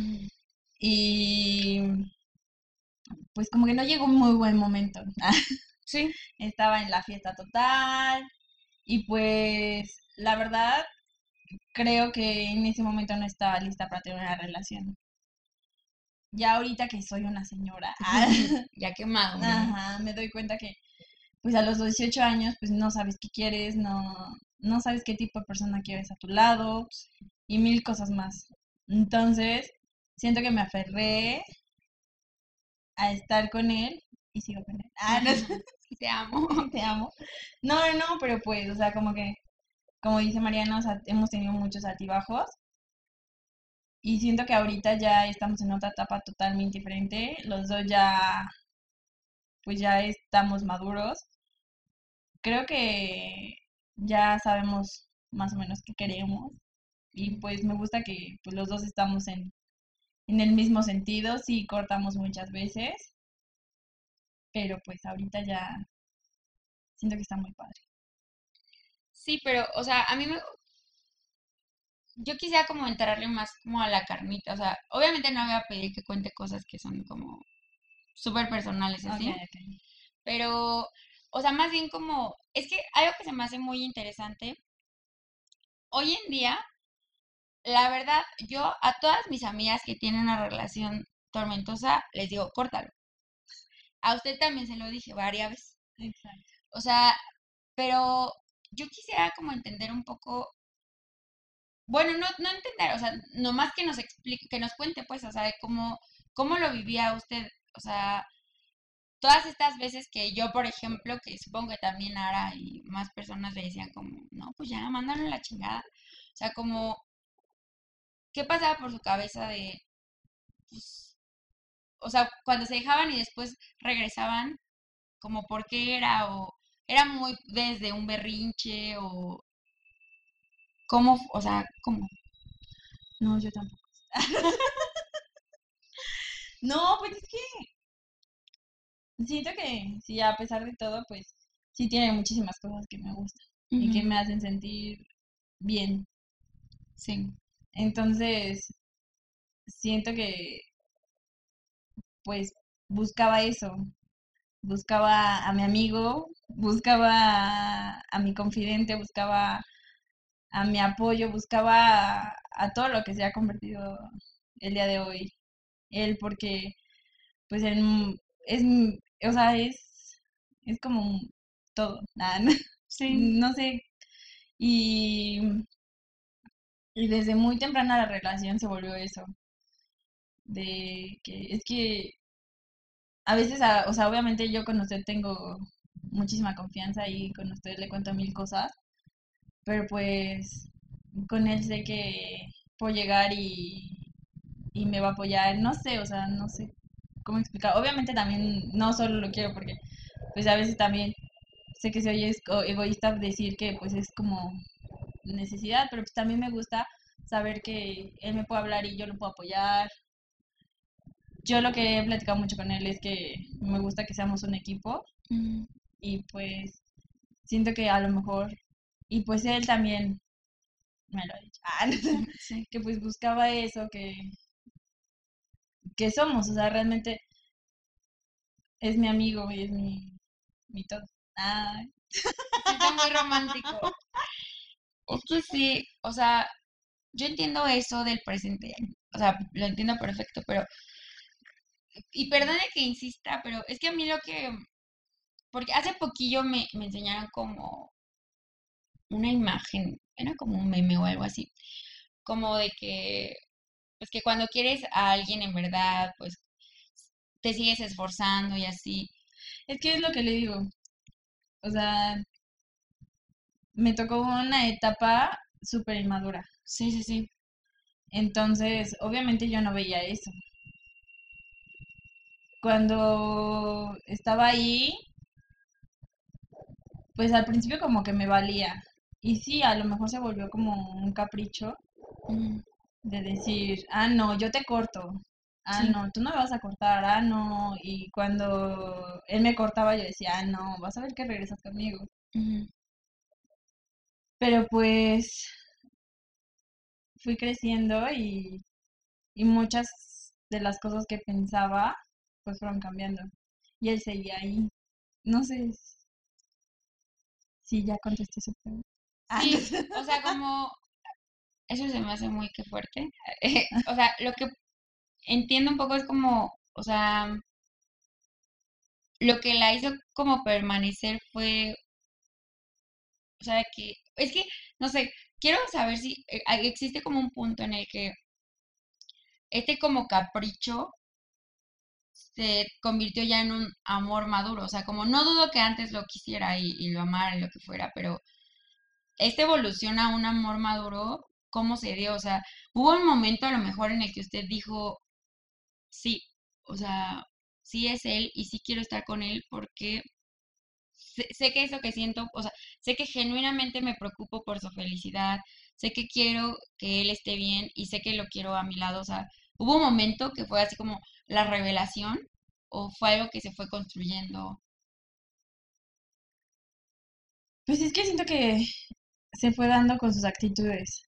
Y pues como que no llegó un muy buen momento. Sí. Estaba en la fiesta total y pues la verdad creo que en ese momento no estaba lista para tener una relación. Ya ahorita que soy una señora, Ya quemado, ¿no? ajá, me doy cuenta que pues a los 18 años pues no sabes qué quieres, no sabes qué tipo de persona quieres a tu lado y mil cosas más. Entonces, siento que me aferré a estar con él y sigo con él. No, Te amo. te amo. No, pero pues, o sea, como que, como dice Mariana, o sea, hemos tenido muchos altibajos y siento que ahorita ya estamos en otra etapa totalmente diferente. Los dos ya, pues ya estamos maduros. Creo que ya sabemos más o menos qué queremos y pues me gusta que pues los dos estamos en el mismo sentido, sí cortamos muchas veces, pero pues ahorita ya siento que está muy padre. Sí, pero, o sea, yo quisiera como entrarle más como a la carnita, o sea, obviamente no voy a pedir que cuente cosas que son como súper personales y así, Ok. pero, o sea, más bien como, es que algo que se me hace muy interesante, hoy en día, la verdad, yo a todas mis amigas que tienen una relación tormentosa, les digo, córtalo. A usted también se lo dije varias veces. Exacto. O sea, pero yo quisiera como entender un poco, bueno, no entender, o sea, nomás que nos explique, que nos cuente, pues, o sea, de cómo lo vivía usted, o sea, todas estas veces que yo, por ejemplo, que supongo que también Ara y más personas le decían como, no, pues ya, mándalo a la chingada. O sea, como, ¿qué pasaba por su cabeza de, pues, o sea, cuando se dejaban y después regresaban, como por qué era, o era muy desde un berrinche, o cómo, o sea, cómo? No, yo tampoco. No, pues es que siento que sí, a pesar de todo, pues sí tiene muchísimas cosas que me gustan y que Ujú, me hacen sentir bien. sí. Entonces, siento que pues buscaba eso, buscaba a mi amigo, buscaba a mi confidente, buscaba a mi apoyo, buscaba a todo lo que se ha convertido el día de hoy. Él, porque pues él es, o sea, es como todo, nada, Sí. no sé, y, y desde muy temprana la relación se volvió eso, de que es que a veces, o sea, obviamente yo con usted tengo muchísima confianza y con usted le cuento mil cosas, pero pues con él sé que puedo llegar y me va a apoyar, no sé, o sea, no sé cómo explicar. Obviamente también no solo lo quiero porque pues a veces también sé que soy egoísta decir que pues es como necesidad, pero pues también me gusta saber que él me puede hablar y yo lo puedo apoyar. Yo lo que he platicado mucho con él es que me gusta que seamos un equipo Ujú, y pues siento que a lo mejor, y pues él también me lo ha dicho, no sé, ujú, sí. que pues buscaba eso, que somos, o sea, realmente es mi amigo y es mi todo. Ah, Sí, está muy romántico. Es que sí, o sea, yo entiendo eso del presente, o sea, lo entiendo perfecto, pero, y perdone que insista, pero es que a mí lo que, porque hace poquillo me enseñaron como una imagen, era como un meme o algo así, como de que, pues que cuando quieres a alguien en verdad, pues te sigues esforzando y así. es que es lo que le digo, o sea, me tocó una etapa súper inmadura, Sí, sí, sí. entonces obviamente yo no veía eso. Cuando estaba ahí, pues al principio como que me valía. Y sí, a lo mejor se volvió como un capricho Ujú, de decir, ah, no, yo te corto. Ah, sí. no, tú no me vas a cortar. Ah, no. Y cuando él me cortaba, yo decía, ah, no, vas a ver que regresas conmigo. Ujú. Pero pues fui creciendo y muchas de las cosas que pensaba, pues fueron cambiando. Y él seguía ahí. No sé si ya contesté su pregunta. Ah, no Sí, sé. o sea, como, eso se me hace muy que fuerte. O sea, lo que entiendo un poco es como, o sea, lo que la hizo como permanecer fue, o sea, que, es que, no sé, quiero saber si existe como un punto en el que este como capricho se convirtió ya en un amor maduro, o sea, como no dudo que antes lo quisiera y lo amara y lo que fuera, pero esta evolución a un amor maduro, ¿cómo se dio? O sea, hubo un momento a lo mejor en el que usted dijo, sí, o sea, sí es él y sí quiero estar con él porque sé que eso que siento, o sea, sé que genuinamente me preocupo por su felicidad, sé que quiero que él esté bien y sé que lo quiero a mi lado, o sea, hubo un momento que fue así como la revelación o fue algo que se fue construyendo. Pues es que siento que se fue dando con sus actitudes,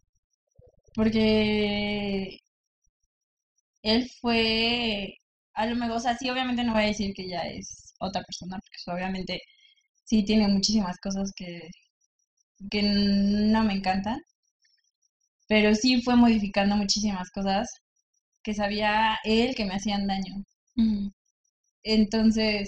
porque él fue, a lo mejor, o sea, sí, obviamente no voy a decir que ya es otra persona, porque pues, obviamente sí tiene muchísimas cosas que no me encantan, pero sí fue modificando muchísimas cosas que sabía él que me hacían daño. Ujú. Entonces,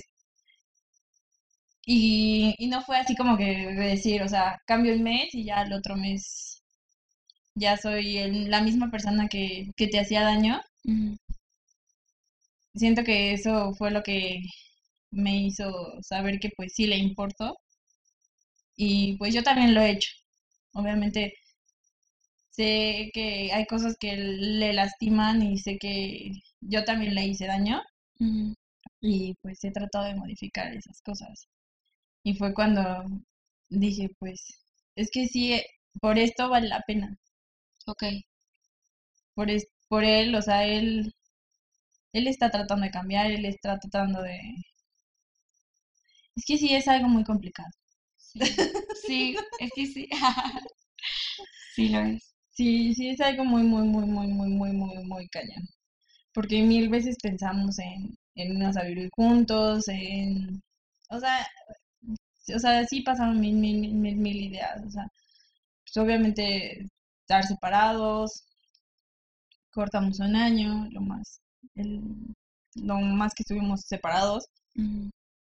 y no fue así como que decir, o sea, cambio el mes y ya el otro mes ya soy la misma persona que te hacía daño. Ujú. Siento que eso fue lo que me hizo saber que pues sí le importo y pues yo también lo he hecho. Obviamente sé que hay cosas que le lastiman y sé que yo también le hice daño Ujú. y pues he tratado de modificar esas cosas. Y fue cuando dije, pues es que sí, por esto vale la pena. Ok. Por él, o sea, él está tratando de cambiar, él está tratando de... Es que sí es algo muy complicado. Sí. Sí, es que sí. Sí lo es. Sí, sí es algo muy, muy, muy, muy, muy, muy, muy, muy cañón. Porque mil veces pensamos en irnos a vivir juntos, o sea, o sea, sí pasaron mil ideas. O sea, pues obviamente estar separados, cortamos un año, el- lo más que estuvimos separados, Ujú.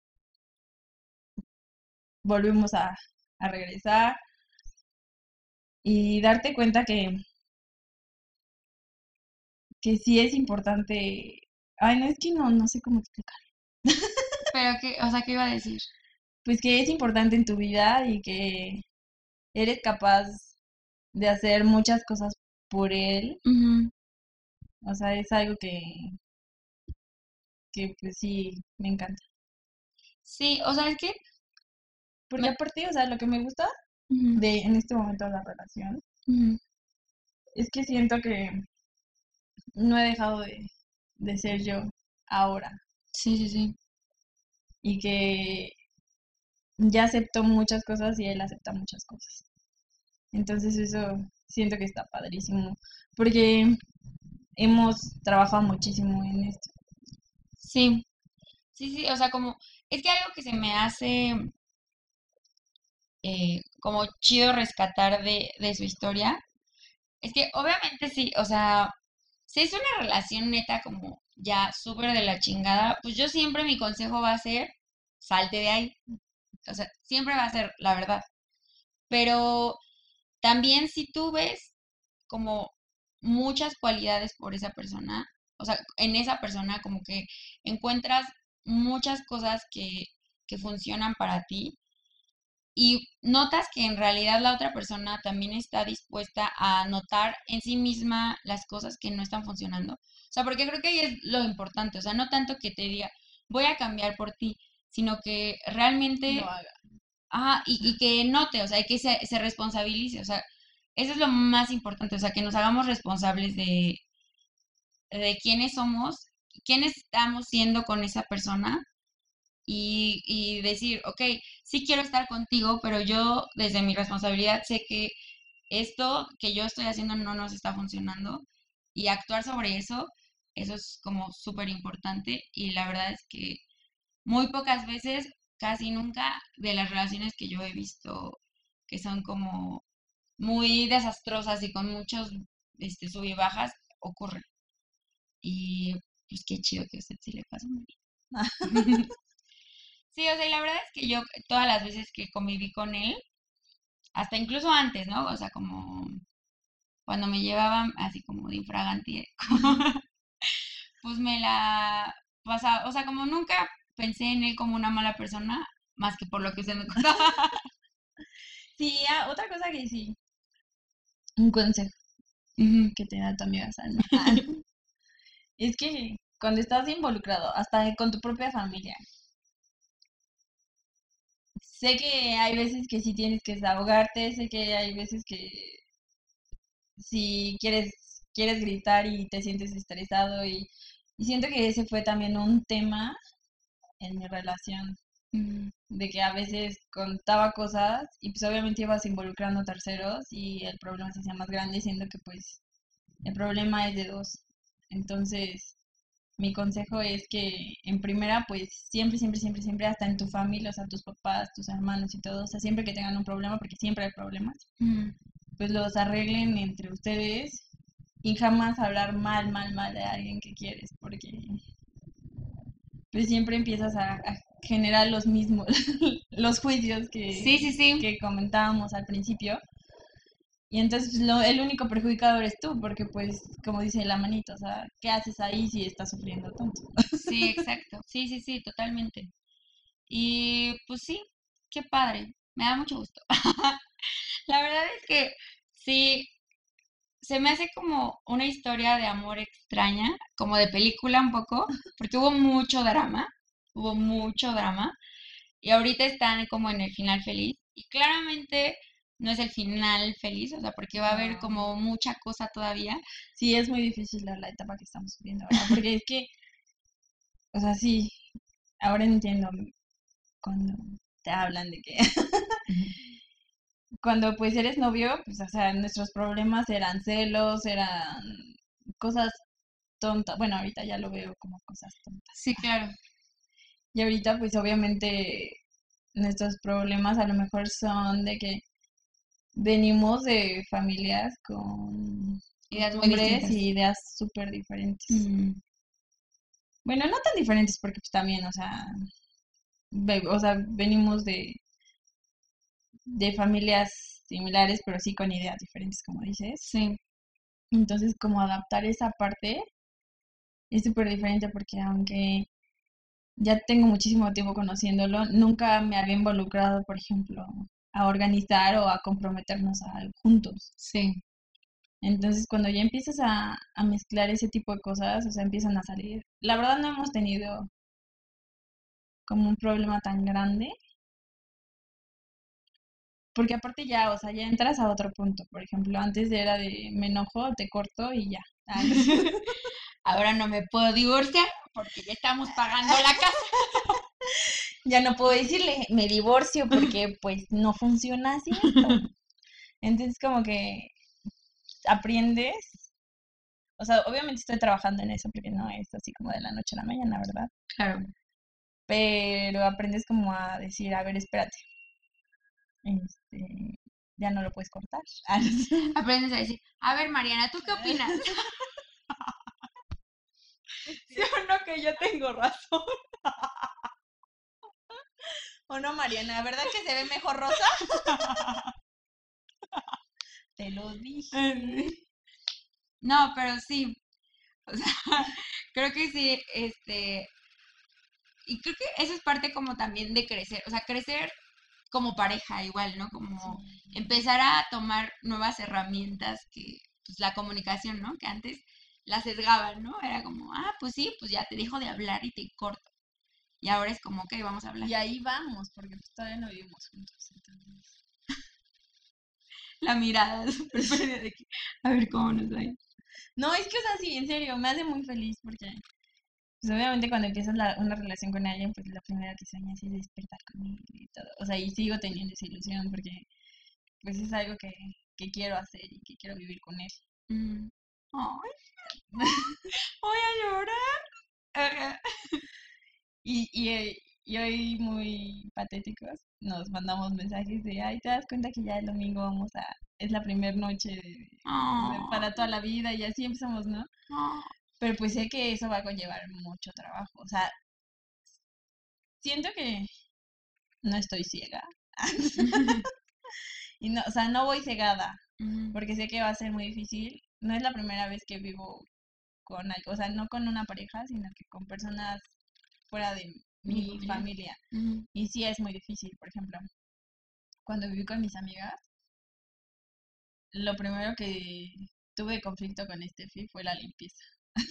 volvimos a regresar y darte cuenta que sí es importante. Ay, no, es que no sé cómo explicar. Pero qué, o sea, ¿qué iba a decir? Pues que es importante en tu vida y que eres capaz de hacer muchas cosas por él. Ujú. O sea, es algo que pues sí, me encanta. Sí, o sea, es que Porque me- aparte, o sea, lo que me gusta ujú. de en este momento de la relación Ujú. es que siento que no he dejado de ser yo ahora Sí, sí, sí. y que ya acepto muchas cosas y él acepta muchas cosas. Entonces eso siento que está padrísimo porque hemos trabajado muchísimo en esto. Sí, sí, sí, o sea, como, es que algo que se me hace como chido rescatar de su historia, es que obviamente sí, o sea, si es una relación neta como ya súper de la chingada, pues yo siempre mi consejo va a ser, salte de ahí, o sea, siempre va a ser la verdad, pero también si tú ves como muchas cualidades por esa persona, o sea, en esa persona como que encuentras muchas cosas que funcionan para ti y notas que en realidad la otra persona también está dispuesta a notar en sí misma las cosas que no están funcionando. O sea, porque creo que ahí es lo importante, o sea, no tanto que te diga, voy a cambiar por ti, sino que Lo realmente, haga. ajá, y que note, o sea, y que se responsabilice, o sea, eso es lo más importante, o sea, que nos hagamos responsables de quiénes somos, quiénes estamos siendo con esa persona y decir, ok, sí quiero estar contigo, pero yo desde mi responsabilidad sé que esto que yo estoy haciendo no nos está funcionando y actuar sobre eso, eso es como súper importante y la verdad es que muy pocas veces, casi nunca, de las relaciones que yo he visto que son como muy desastrosas y con muchos sub y bajas, ocurren. Y pues qué chido que a usted sí le pasa. Sí, o sea, y la verdad es que yo todas las veces que conviví con él, hasta incluso antes, ¿no? O sea, como cuando me llevaban así como de infraganti, pues me la pasaba, o sea, como nunca pensé en él como una mala persona, más que por lo que usted me contaba. Sí, otra cosa que sí, un consejo Ujú. que te da tu amiga Salma. Es que cuando estás involucrado, hasta con tu propia familia, sé que hay veces que sí tienes que desahogarte, sé que hay veces que si quieres gritar y te sientes estresado y siento que ese fue también un tema en mi relación, Ujú. de que a veces contaba cosas y pues obviamente ibas involucrando a terceros y el problema se hacía más grande, siendo que pues el problema es de dos. Entonces, mi consejo es que en primera, pues siempre, siempre, siempre, siempre, hasta en tu familia, o sea, tus papás, tus hermanos y todo, o sea, siempre que tengan un problema, porque siempre hay problemas, Ujú. pues los arreglen entre ustedes y jamás hablar mal de alguien que quieres, porque pues siempre empiezas a generar los mismos, los juicios Sí. que comentábamos al principio. Y entonces el único perjudicado eres tú, porque pues, como dice la manita, o sea, ¿qué haces ahí si estás sufriendo tanto? Sí, exacto. Sí, totalmente. Y pues sí, qué padre. Me da mucho gusto. La verdad es que sí, se me hace como una historia de amor extraña, como de película un poco, porque hubo mucho drama, y ahorita están como en el final feliz, y claramente no es el final feliz, o sea, porque va a haber No. como mucha cosa todavía. Sí, es muy difícil la etapa que estamos viviendo ahora, porque es que, o sea, sí, ahora entiendo cuando te hablan de que cuando pues eres novio, pues, o sea, nuestros problemas eran celos, eran cosas tontas. Bueno, ahorita ya lo veo como cosas tontas. Sí, claro. Y ahorita, pues obviamente, nuestros problemas a lo mejor son de que venimos de familias con Ideas muy costumbres distintas. y ideas súper diferentes. Mm, Bueno, no tan diferentes porque pues también, o sea, venimos de familias similares, pero sí con ideas diferentes, como dices. sí, Entonces, como adaptar esa parte es súper diferente porque aunque ya tengo muchísimo tiempo conociéndolo, nunca me había involucrado, por ejemplo, a organizar o a comprometernos a algo juntos. sí. Entonces, cuando ya empiezas a mezclar ese tipo de cosas, o sea, empiezan a salir. La verdad no hemos tenido como un problema tan grande, porque aparte ya, o sea, ya entras a otro punto. Por ejemplo, antes era de me enojo, te corto y ya. Ah, no. Ahora no me puedo divorciar porque ya estamos pagando la casa. Ya no puedo decirle me divorcio porque pues no funciona así esto. Entonces como que aprendes, o sea, obviamente estoy trabajando en eso porque no es así como de la noche a la mañana, ¿verdad? Claro. Pero aprendes como a decir, a ver, espérate, este, ya no lo puedes cortar. Ah, no sé. Aprendes a decir, a ver, Mariana, ¿tú qué opinas? ¿Sí o no que yo tengo razón? ¿O no, Mariana? ¿Verdad que se ve mejor rosa? Te lo dije. No, pero sí, o sea, creo que sí, y creo que eso es parte como también de crecer, o sea, crecer como pareja igual, ¿no? Como empezar a tomar nuevas herramientas que, pues la comunicación, ¿no? Que antes la sesgaban, ¿no? Era como, ah, pues sí, pues ya te dejo de hablar y te corto. Y ahora es como, ok, vamos a hablar. Y ahí vamos, porque pues todavía no vivimos juntos, entonces. La mirada súper perdida de que, a ver cómo nos va a ir. No, es que, o sea, sí, en serio, me hace muy feliz porque, pues obviamente cuando empiezas una relación con alguien, pues lo primero que sueñas es despertar con él y todo. O sea, y sigo teniendo esa ilusión porque, pues es algo que quiero hacer y que quiero vivir con él. Mm. Ay, voy a llorar. Ajá. Y hoy muy patéticos nos mandamos mensajes de, ay, te das cuenta que ya el domingo es la primera noche para toda la vida y así empezamos, ¿no? Pero pues sé que eso va a conllevar mucho trabajo. O sea, siento que no estoy ciega. Y no, o sea, no voy cegada, porque sé que va a ser muy difícil. No es la primera vez que vivo con algo, o sea, no con una pareja, sino que con personas fuera de mi familia. Y sí es muy difícil, por ejemplo, cuando viví con mis amigas, lo primero que tuve conflicto con Steffi fue la limpieza.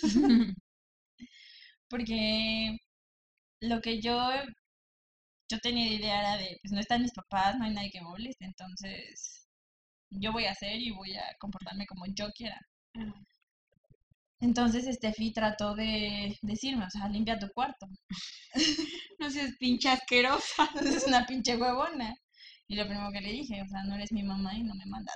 Porque lo que yo tenía de idea era de, pues no están mis papás, no hay nadie que me moleste, entonces yo voy a hacer y voy a comportarme como yo quiera. Entonces Steffi trató de decirme, o sea, limpia tu cuarto. No seas pinche asquerosa. Es una pinche huevona. Y lo primero que le dije, o sea, no eres mi mamá y no me mandas.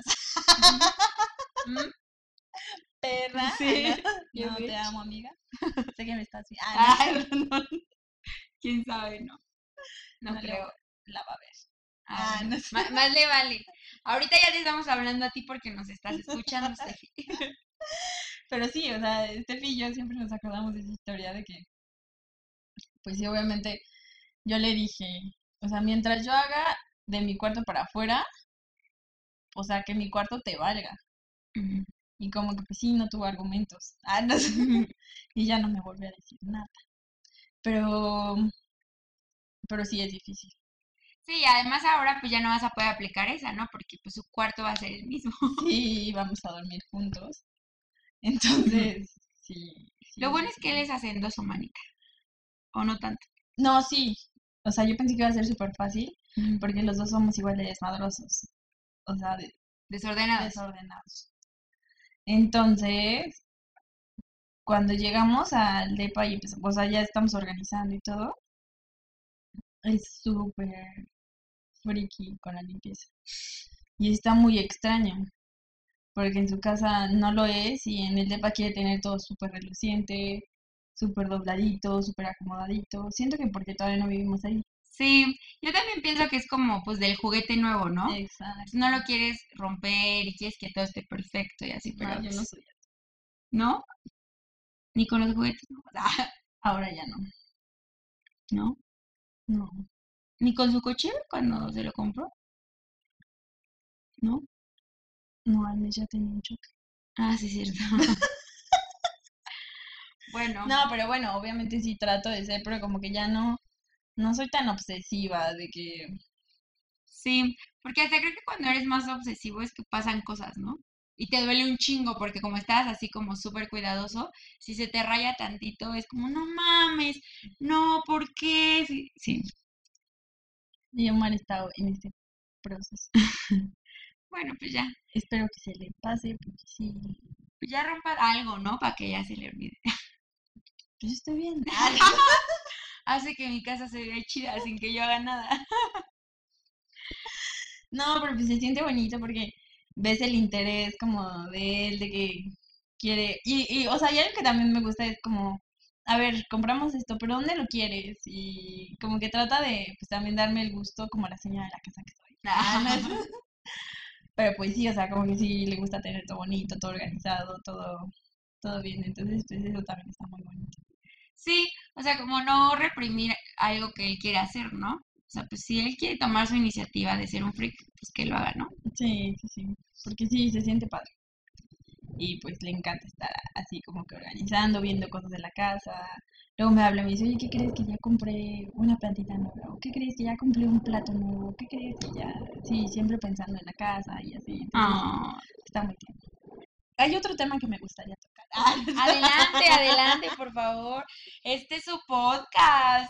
Perra. Sí, No, no te amo, amiga. Sé que me estás viendo. Ay, no. ¿Quién sabe? No, no No creo. la va a ver. Ah, no sé. más le vale. Ahorita ya te estamos hablando a ti porque nos estás escuchando, Steffi. Pero sí, o sea, Steffi y yo siempre nos acordamos de esa historia de que, pues sí, obviamente yo le dije, o sea, mientras yo haga de mi cuarto para afuera, o sea, que mi cuarto te valga. Ujú. Y como que pues sí, no tuvo argumentos. Ah, no sé. Y ya no me volvió a decir nada. Pero, pero sí es difícil. Sí, además ahora pues ya no vas a poder aplicar esa, ¿no? Porque pues su cuarto va a ser el mismo. Sí, vamos a dormir juntos. Entonces, sí, sí Lo es bueno es que él difícil. es haciendo manica, o no tanto. No, sí. O sea, yo pensé que iba a ser súper fácil Ujú. porque los dos somos igual de desmadrosos. O sea, Desordenados. desordenados. Entonces, cuando llegamos al depa y empezamos, o sea, ya estamos organizando y todo, es súper friki con la limpieza. Y está muy extraño, porque en su casa no lo es y en el depa quiere tener todo súper reluciente, súper dobladito, súper acomodadito. Siento que porque todavía no vivimos ahí. Sí, yo también pienso que es como pues del juguete nuevo, ¿no? Pues, Exacto. no lo quieres romper y quieres que todo esté perfecto y así, pero No, yo no pues, soy así. ¿no? Ni con los juguetes, ¿no? Ahora ya no. ¿No? No. Ni con su coche cuando se lo compró, ¿no? No, Agnes ya tenía un choque. Ah, sí, cierto. Bueno, No, pero bueno, obviamente sí trato de ser, pero como que ya no soy tan obsesiva de que, sí, porque hasta creo que cuando eres más obsesivo es que pasan cosas, ¿no? Y te duele un chingo porque como estás así como súper cuidadoso, si se te raya tantito es como, no mames, no, ¿por qué? Sí, sí. y Omar está en este proceso. Bueno, pues ya, Espero que se le pase, porque sí, pues ya rompa algo, ¿no? Para que ya se le olvide. pues yo estoy bien. Hace que mi casa se vea chida sin que yo haga nada. No, pero pues se siente bonito porque ves el interés como de él, de que quiere, o sea, y algo que también me gusta es como, a ver, compramos esto, pero ¿dónde lo quieres? Y como que trata de, pues también darme el gusto como la señora de la casa que soy. No es- Pero pues sí, o sea, como que sí le gusta tener todo bonito, todo organizado, todo bien, entonces pues eso también está muy bonito. Sí, o sea, como no reprimir algo que él quiere hacer, ¿no? O sea, pues si él quiere tomar su iniciativa de ser un freak, pues que lo haga, ¿no? Sí, sí, sí, porque sí, se siente padre. Y pues le encanta estar así como que organizando, viendo cosas de la casa. Luego me habla y me dice, oye, ¿qué crees que ya compré una plantita nueva? ¿O qué crees que ya compré un plato nuevo? ¿Qué crees que ya? Sí, siempre pensando en la casa y así. Entonces Ah, está muy tierno. Hay otro tema que me gustaría tocar. adelante, adelante, por favor. Este es su podcast.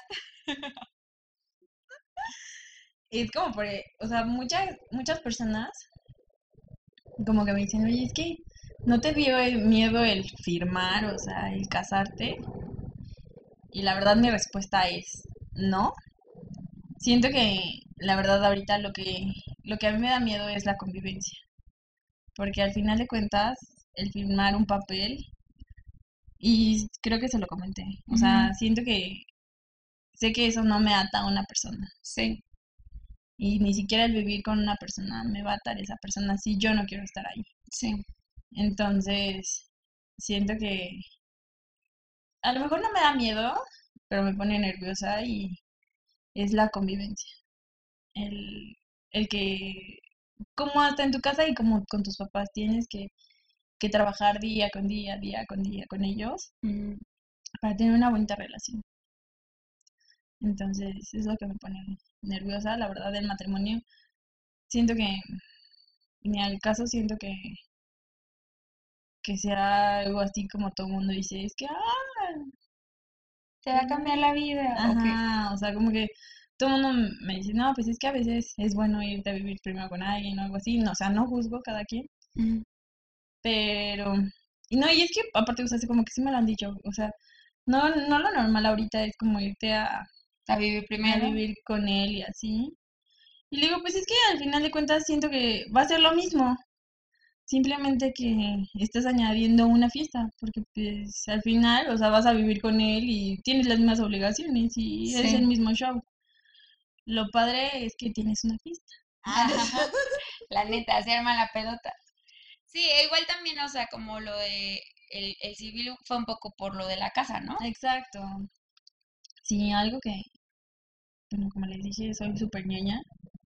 Es como por, o sea, muchas personas como que me dicen, oye, es que no te dio miedo el firmar, o sea, el casarte. Y la verdad mi respuesta es no. Siento que la verdad ahorita lo que a mí me da miedo es la convivencia, porque al final de cuentas el firmar un papel y creo que se lo comenté, o Ujú, sea, siento que sé que eso no me ata a una persona sí, y ni siquiera el vivir con una persona me va a atar a esa persona si yo no quiero estar ahí. sí. Entonces, siento que a lo mejor no me da miedo, pero me pone nerviosa y es la convivencia. El, el que como hasta en tu casa y como con tus papás tienes que trabajar día con día con ellos Mm, para tener una bonita relación. Entonces, es lo que me pone nerviosa, la verdad, del matrimonio. Siento que, ni al caso, siento que sea algo así como todo el mundo dice, es que, ¿te va a cambiar la vida? ¿O qué? ajá, o sea, como que todo el mundo me dice, no, pues es que a veces es bueno irte a vivir primero con alguien o algo así, no, o sea, no juzgo cada quien, Mm, pero, y no, y es que aparte, o sea, así como que sí me lo han dicho, o sea, no lo normal ahorita es como irte a vivir a primero. vivir con él y así. Y le digo, pues es que al final de cuentas siento que va a ser lo mismo, simplemente que estás añadiendo una fiesta, porque pues al final, o sea, vas a vivir con él y tienes las mismas obligaciones y es el Sí. mismo show. Lo padre es que tienes una fiesta. La neta, se arma la pelota. Sí, igual también, o sea, como lo de el civil fue un poco por lo de la casa, ¿no? Exacto. Sí, algo que, bueno, como les dije, soy súper ñoña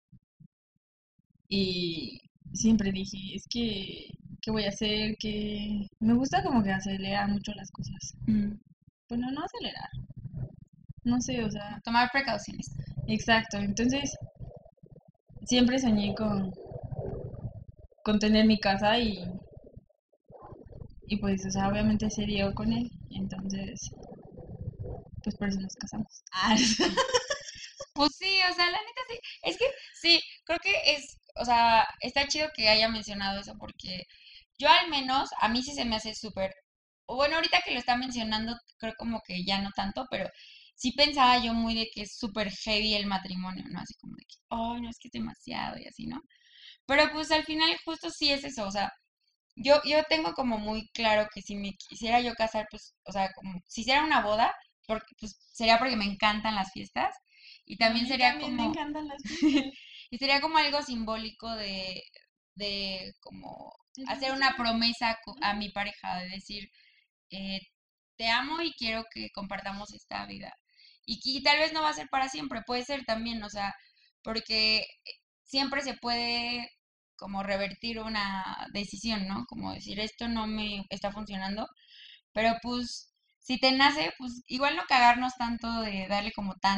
y siempre dije, es que, ¿qué voy a hacer? Que me gusta como que acelerar mucho las cosas. Bueno, no acelerar, no sé, o sea, Tomar precauciones. exacto. Entonces, siempre soñé con tener mi casa y pues, o sea, obviamente se dio con él. Entonces, pues por eso nos casamos. Pues sí, o sea, la neta sí. Es que sí, creo que es, o sea, está chido que haya mencionado eso porque yo al menos, a mí sí se me hace súper, o bueno, ahorita que lo está mencionando, creo como que ya no tanto, pero sí pensaba yo muy de que es súper heavy el matrimonio, ¿no? Así como de que, oh, no, es que es demasiado y así, ¿no? Pero pues al final justo sí es eso, o sea, yo tengo como muy claro que si me quisiera yo casar, pues, o sea, como si hiciera una boda, porque, pues sería porque me encantan las fiestas y A también mí sería también me como, encantan las fiestas. y sería como algo simbólico de como hacer una promesa a mi pareja, de decir, eh, te amo y quiero que compartamos esta vida. Y tal vez no va a ser para siempre, puede ser también, o sea, porque siempre se puede como revertir una decisión, ¿no? Como decir, esto no me está funcionando, pero pues si te nace, pues igual no cagarnos tanto de darle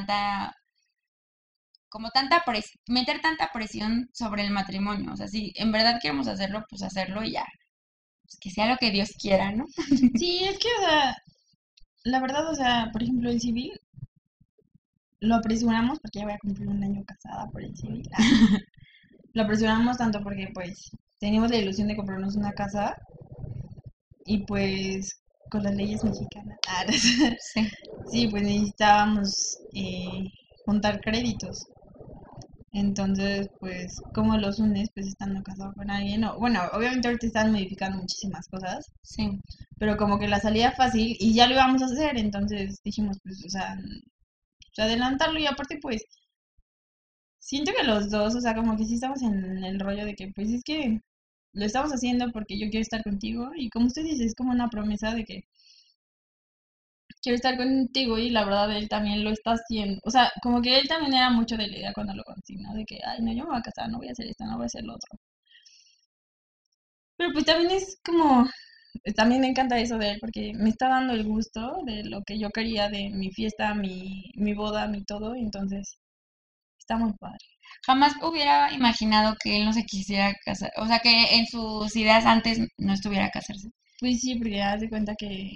como tanta meter tanta presión sobre el matrimonio, o sea, si en verdad queremos hacerlo, pues hacerlo y ya, pues que sea lo que Dios quiera, ¿no? Sí, es que, o sea, la verdad, o sea, por ejemplo, el civil lo apresuramos porque ya voy a cumplir un año casada por el civil. Lo apresuramos tanto porque, pues, teníamos la ilusión de comprarnos una casa y, pues, con las leyes mexicanas. Sí. Sí, pues necesitábamos juntar créditos. Entonces, pues, ¿cómo los unes? Pues estando casado con alguien. O, bueno, obviamente ahorita están modificando muchísimas cosas, Sí. pero como que la salida fácil y ya lo íbamos a hacer, entonces dijimos, pues, o sea, adelantarlo y aparte, pues, siento que los dos, o sea, como que sí estamos en el rollo de que, pues, es que lo estamos haciendo porque yo quiero estar contigo y como usted dice, es como una promesa de que quiero estar contigo y la verdad él también lo está haciendo. O sea, como que él también era mucho de la idea cuando lo conocí, ¿no? De que, ay, no, yo me voy a casar, no voy a hacer esto, no voy a hacer lo otro. Pero pues también es como, también me encanta eso de él porque me está dando el gusto de lo que yo quería de mi fiesta, mi boda, mi todo, y entonces está muy padre. Jamás hubiera imaginado que él no se quisiera casar, o sea, que en sus ideas antes no estuviera casarse. Pues sí, porque haz de cuenta que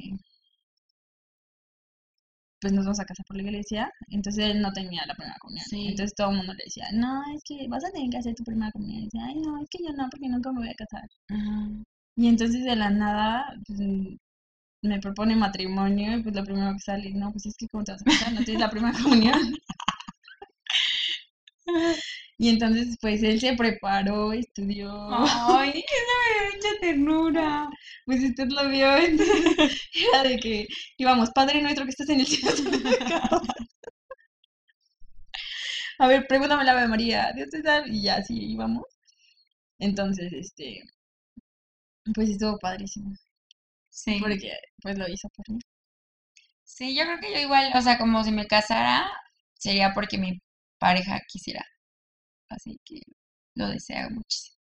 pues nos vamos a casar por la iglesia, entonces él no tenía la primera comunión. Sí. Entonces todo el mundo le decía, no, es que vas a tener que hacer tu primera comunión. Y decía, ay, no, es que yo no, porque nunca me voy a casar. Ajá. Y entonces de la nada pues, me propone matrimonio y pues lo primero que sale, no, pues es que ¿cómo te vas a casar? No tienes la primera comunión. Y entonces pues él se preparó, estudió, Ay, eso me da mucha ternura. pues usted lo vio, entonces era de que íbamos, Padre nuestro que estás en el cielo, santificado. A ver, pregúntame la Ave María, Dios te salve, y ya así íbamos. Entonces, pues estuvo padrísimo, Sí. porque pues lo hizo por mí. Sí, yo creo que yo igual, o sea, como si me casara, sería porque mi pareja quisiera. Así que lo deseo muchísimo.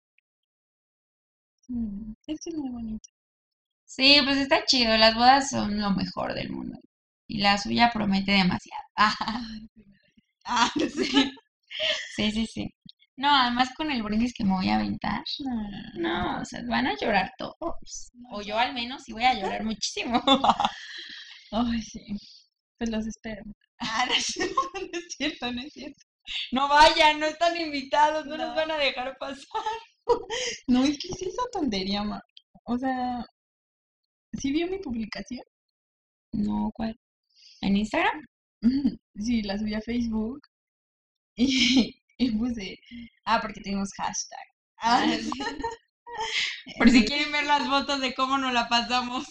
Es que es muy bonito. Sí, pues está chido, las bodas son lo mejor del mundo. Y la suya promete demasiado. Ah, Sí, sí, sí, sí. No, además con el brindis que me voy a aventar. no. No, o sea, van a llorar todos. O yo al menos sí voy a llorar muchísimo. Ay, sí. Pues los espero. No es cierto, no es cierto, no es cierto. No vayan, no están invitados, no nos No. van a dejar pasar. No, es que es esa tontería, ma. O sea, ¿sí vio mi publicación? No, ¿cuál? ¿En Instagram? Sí, la subí a Facebook y puse, porque tenemos hashtag. Ah, sí. Por si Entonces, quieren ver las fotos de cómo nos la pasamos.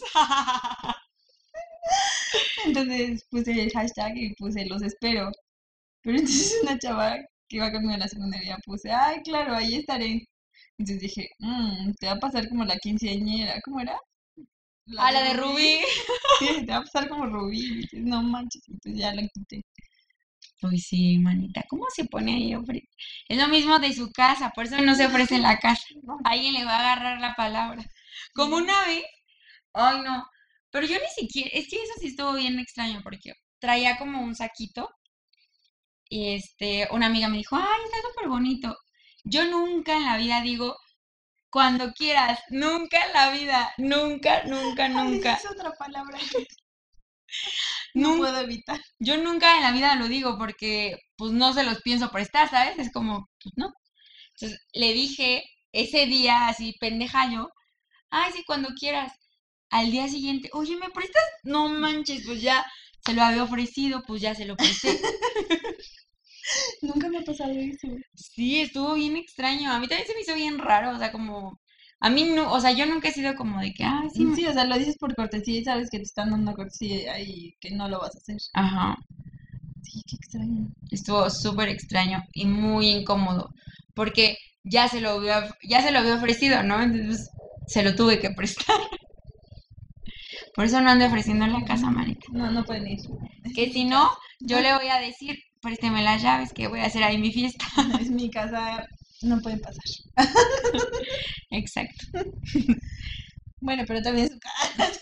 entonces puse el hashtag y puse los espero. Pero entonces una chava que iba conmigo en la secundaria puse, ay, claro, ahí estaré. Entonces dije, te va a pasar como la quinceañera, ¿cómo era? La de Rubí. Sí, te va a pasar como Rubí. Y dices, no manches, entonces ya la quité. Pues sí, manita, ¿cómo se pone ahí? Es lo mismo de su casa, por eso no se ofrece en la casa. Alguien le va a agarrar la palabra. Como una vez, ay no, pero yo ni siquiera, es que eso sí estuvo bien extraño porque traía como un saquito y una amiga me dijo, ay, está súper bonito. Yo nunca en la vida digo, cuando quieras, nunca en la vida, nunca, nunca, Ay, nunca. esa es otra palabra que no puedo evitar. Yo nunca en la vida lo digo porque pues no se los pienso prestar, ¿sabes? Es como, pues no. Entonces le dije ese día así pendeja yo, ay, sí, cuando quieras. Al día siguiente, oye, ¿me prestas? No manches, pues ya se lo había ofrecido, pues ya se lo presté. Nunca me ha pasado eso. Sí, estuvo bien extraño. A mí también se me hizo bien raro, o sea, como, a mí no, o sea, yo nunca he sido como de que, ay, sí. Sí, o sea, lo dices por cortesía y sabes que te están dando cortesía y que no lo vas a hacer. Ajá, Sí, qué extraño. estuvo súper extraño y muy incómodo, porque ya se lo había ofrecido, ¿no? Entonces se lo tuve que prestar. Por eso no ando ofreciendo en la casa, manita. No, no pueden ir. Que si no, yo le voy a decir, présteme las llaves que voy a hacer ahí mi fiesta. Es mi casa, no pueden pasar. Exacto. Bueno, pero también es su casa.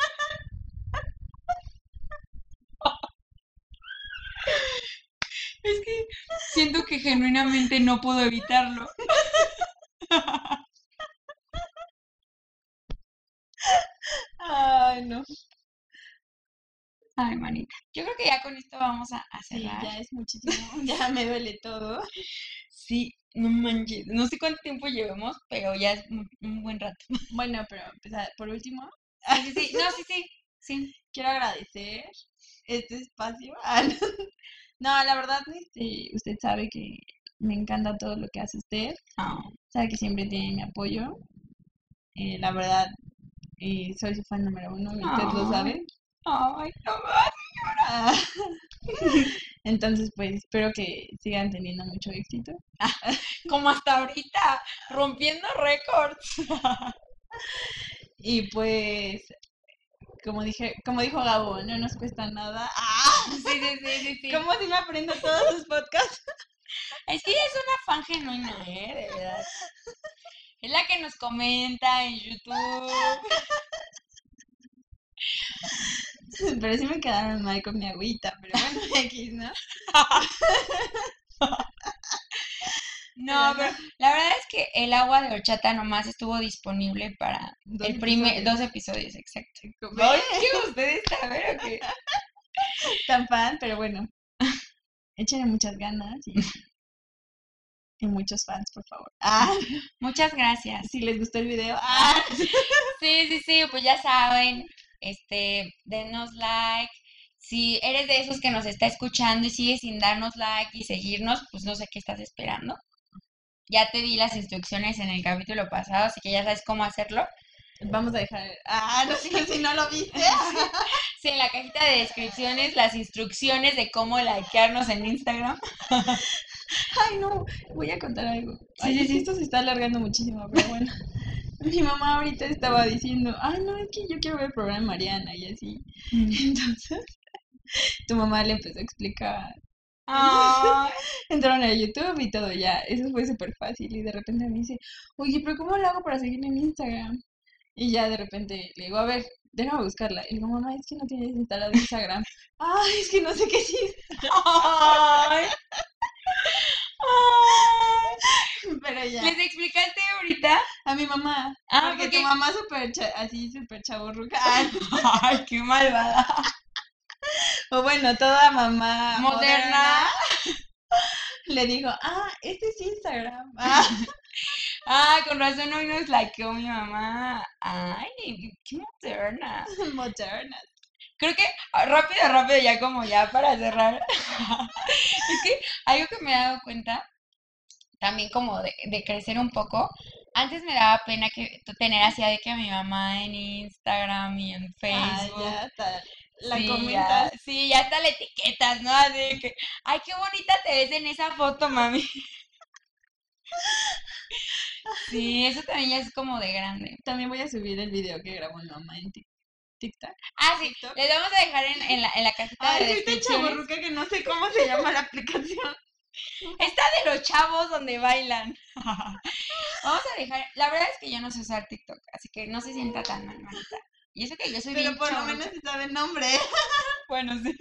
Es que siento que genuinamente no puedo evitarlo. Ay, no. Ay, manita. Yo creo que ya con esto vamos a Sí, cerrar. ya es muchísimo. Ya me duele todo. Sí, no manches. No sé cuánto tiempo llevemos, pero ya es un buen rato. Bueno, pero por último, Sí, sí, sí. No, sí, sí. Sí. quiero agradecer este espacio. No, la verdad, usted sabe que me encanta todo lo que hace usted. Oh. Sabe que siempre tiene mi apoyo. La verdad, soy su fan número 1 y usted lo sabe. Ay, no más. Ah, Entonces, pues espero que sigan teniendo mucho éxito. Como hasta ahorita, rompiendo récords. Y pues, como dijo Gabo, no nos cuesta nada. ¡Ah! Sí, sí, sí, sí, sí. ¿Cómo si me aprendo todos sus podcasts? Es que ella es una fan genuina, de verdad. Es la que nos comenta en YouTube. Pero sí me quedaron mal con mi agüita, pero bueno, X, ¿no? No, pero la verdad es que el agua de horchata nomás estuvo disponible para dos episodios, exacto. ¿Ves? ¿Qué ustedes saben o qué? Tan fan, pero bueno. Échenle muchas ganas y muchos fans, por favor. Muchas gracias. Si les gustó el video. Sí, sí, sí, pues ya saben, denos like. Si eres de esos que nos está escuchando y sigues sin darnos like y seguirnos, pues no sé qué estás esperando. Ya te di las instrucciones en el capítulo pasado, así que ya sabes cómo hacerlo. Vamos a dejar. No sé si no lo viste. Sí, en la cajita de descripciones las instrucciones de cómo likearnos en Instagram. Ay, no, voy a contar algo. Sí, sí, sí. Esto se está alargando muchísimo, pero bueno. Mi mamá ahorita estaba diciendo, no, es que yo quiero ver el programa de Mariana y así. Entonces, tu mamá le empezó a explicar. Ay. Entraron a YouTube y todo ya. Eso fue súper fácil. Y de repente me dice, oye, pero ¿cómo lo hago para seguirme en Instagram? Y ya de repente le digo, a ver, déjame buscarla. Y le digo, mamá, es que no tienes instalado Instagram. Es que no sé qué sí. Ay. Ay. Pero ya. ¿Les explicaste ahorita? A mi mamá. Porque tu mamá así súper chavorruca. Ay, qué malvada. O bueno, toda mamá Moderna. Le dijo, este es Instagram. Con razón hoy nos likeó mi mamá. Ay, qué moderna. Moderna. Creo que rápido, ya como ya para cerrar. Es que algo que me he dado cuenta, también como de crecer un poco, antes me daba pena tener así de que a mi mamá en Instagram y en Facebook. Ya está. La Sí, comentas. ya hasta la etiquetas, ¿no? Así de que, ay, qué bonita te ves en esa foto, mami. Sí, eso también ya es como de grande. También voy a subir el video que grabó mi mamá en TikTok. Ah, sí, TikTok. les vamos a dejar en la cajita de Ay, soy tan descripciones. chavorruca que no sé cómo se llama la aplicación. Está de los chavos donde bailan. Vamos a dejar, la verdad es que yo no sé usar TikTok, así que no se sienta tan mal, manita. Y eso que yo soy Pero bien por lo chavorruca. menos se sabe el nombre. Bueno, sí.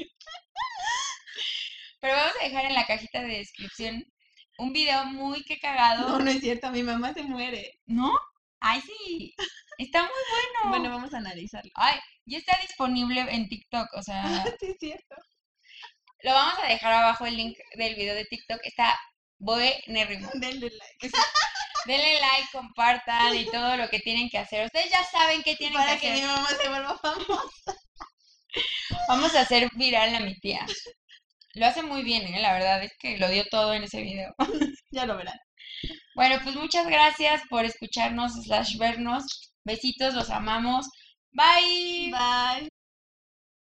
Pero vamos a dejar en la cajita de descripción un video muy que cagado. No, no es cierto, mi mamá se muere. ¿No? Ay, sí. Está muy bueno. Bueno, vamos a analizarlo. Ay, ya está disponible en TikTok, o sea, Sí, es cierto. lo vamos a dejar abajo el link del video de TikTok. Está buenérrimo. Denle like. Denle like, compartan y todo lo que tienen que hacer. Ustedes ya saben qué tienen Para que que hacer. mi mamá se vuelva famosa. Vamos a hacer viral a mi tía. Lo hace muy bien, la verdad es que lo dio todo en ese video. Ya lo verán. Bueno, pues muchas gracias por escucharnos / vernos. Besitos, los amamos. Bye. Bye.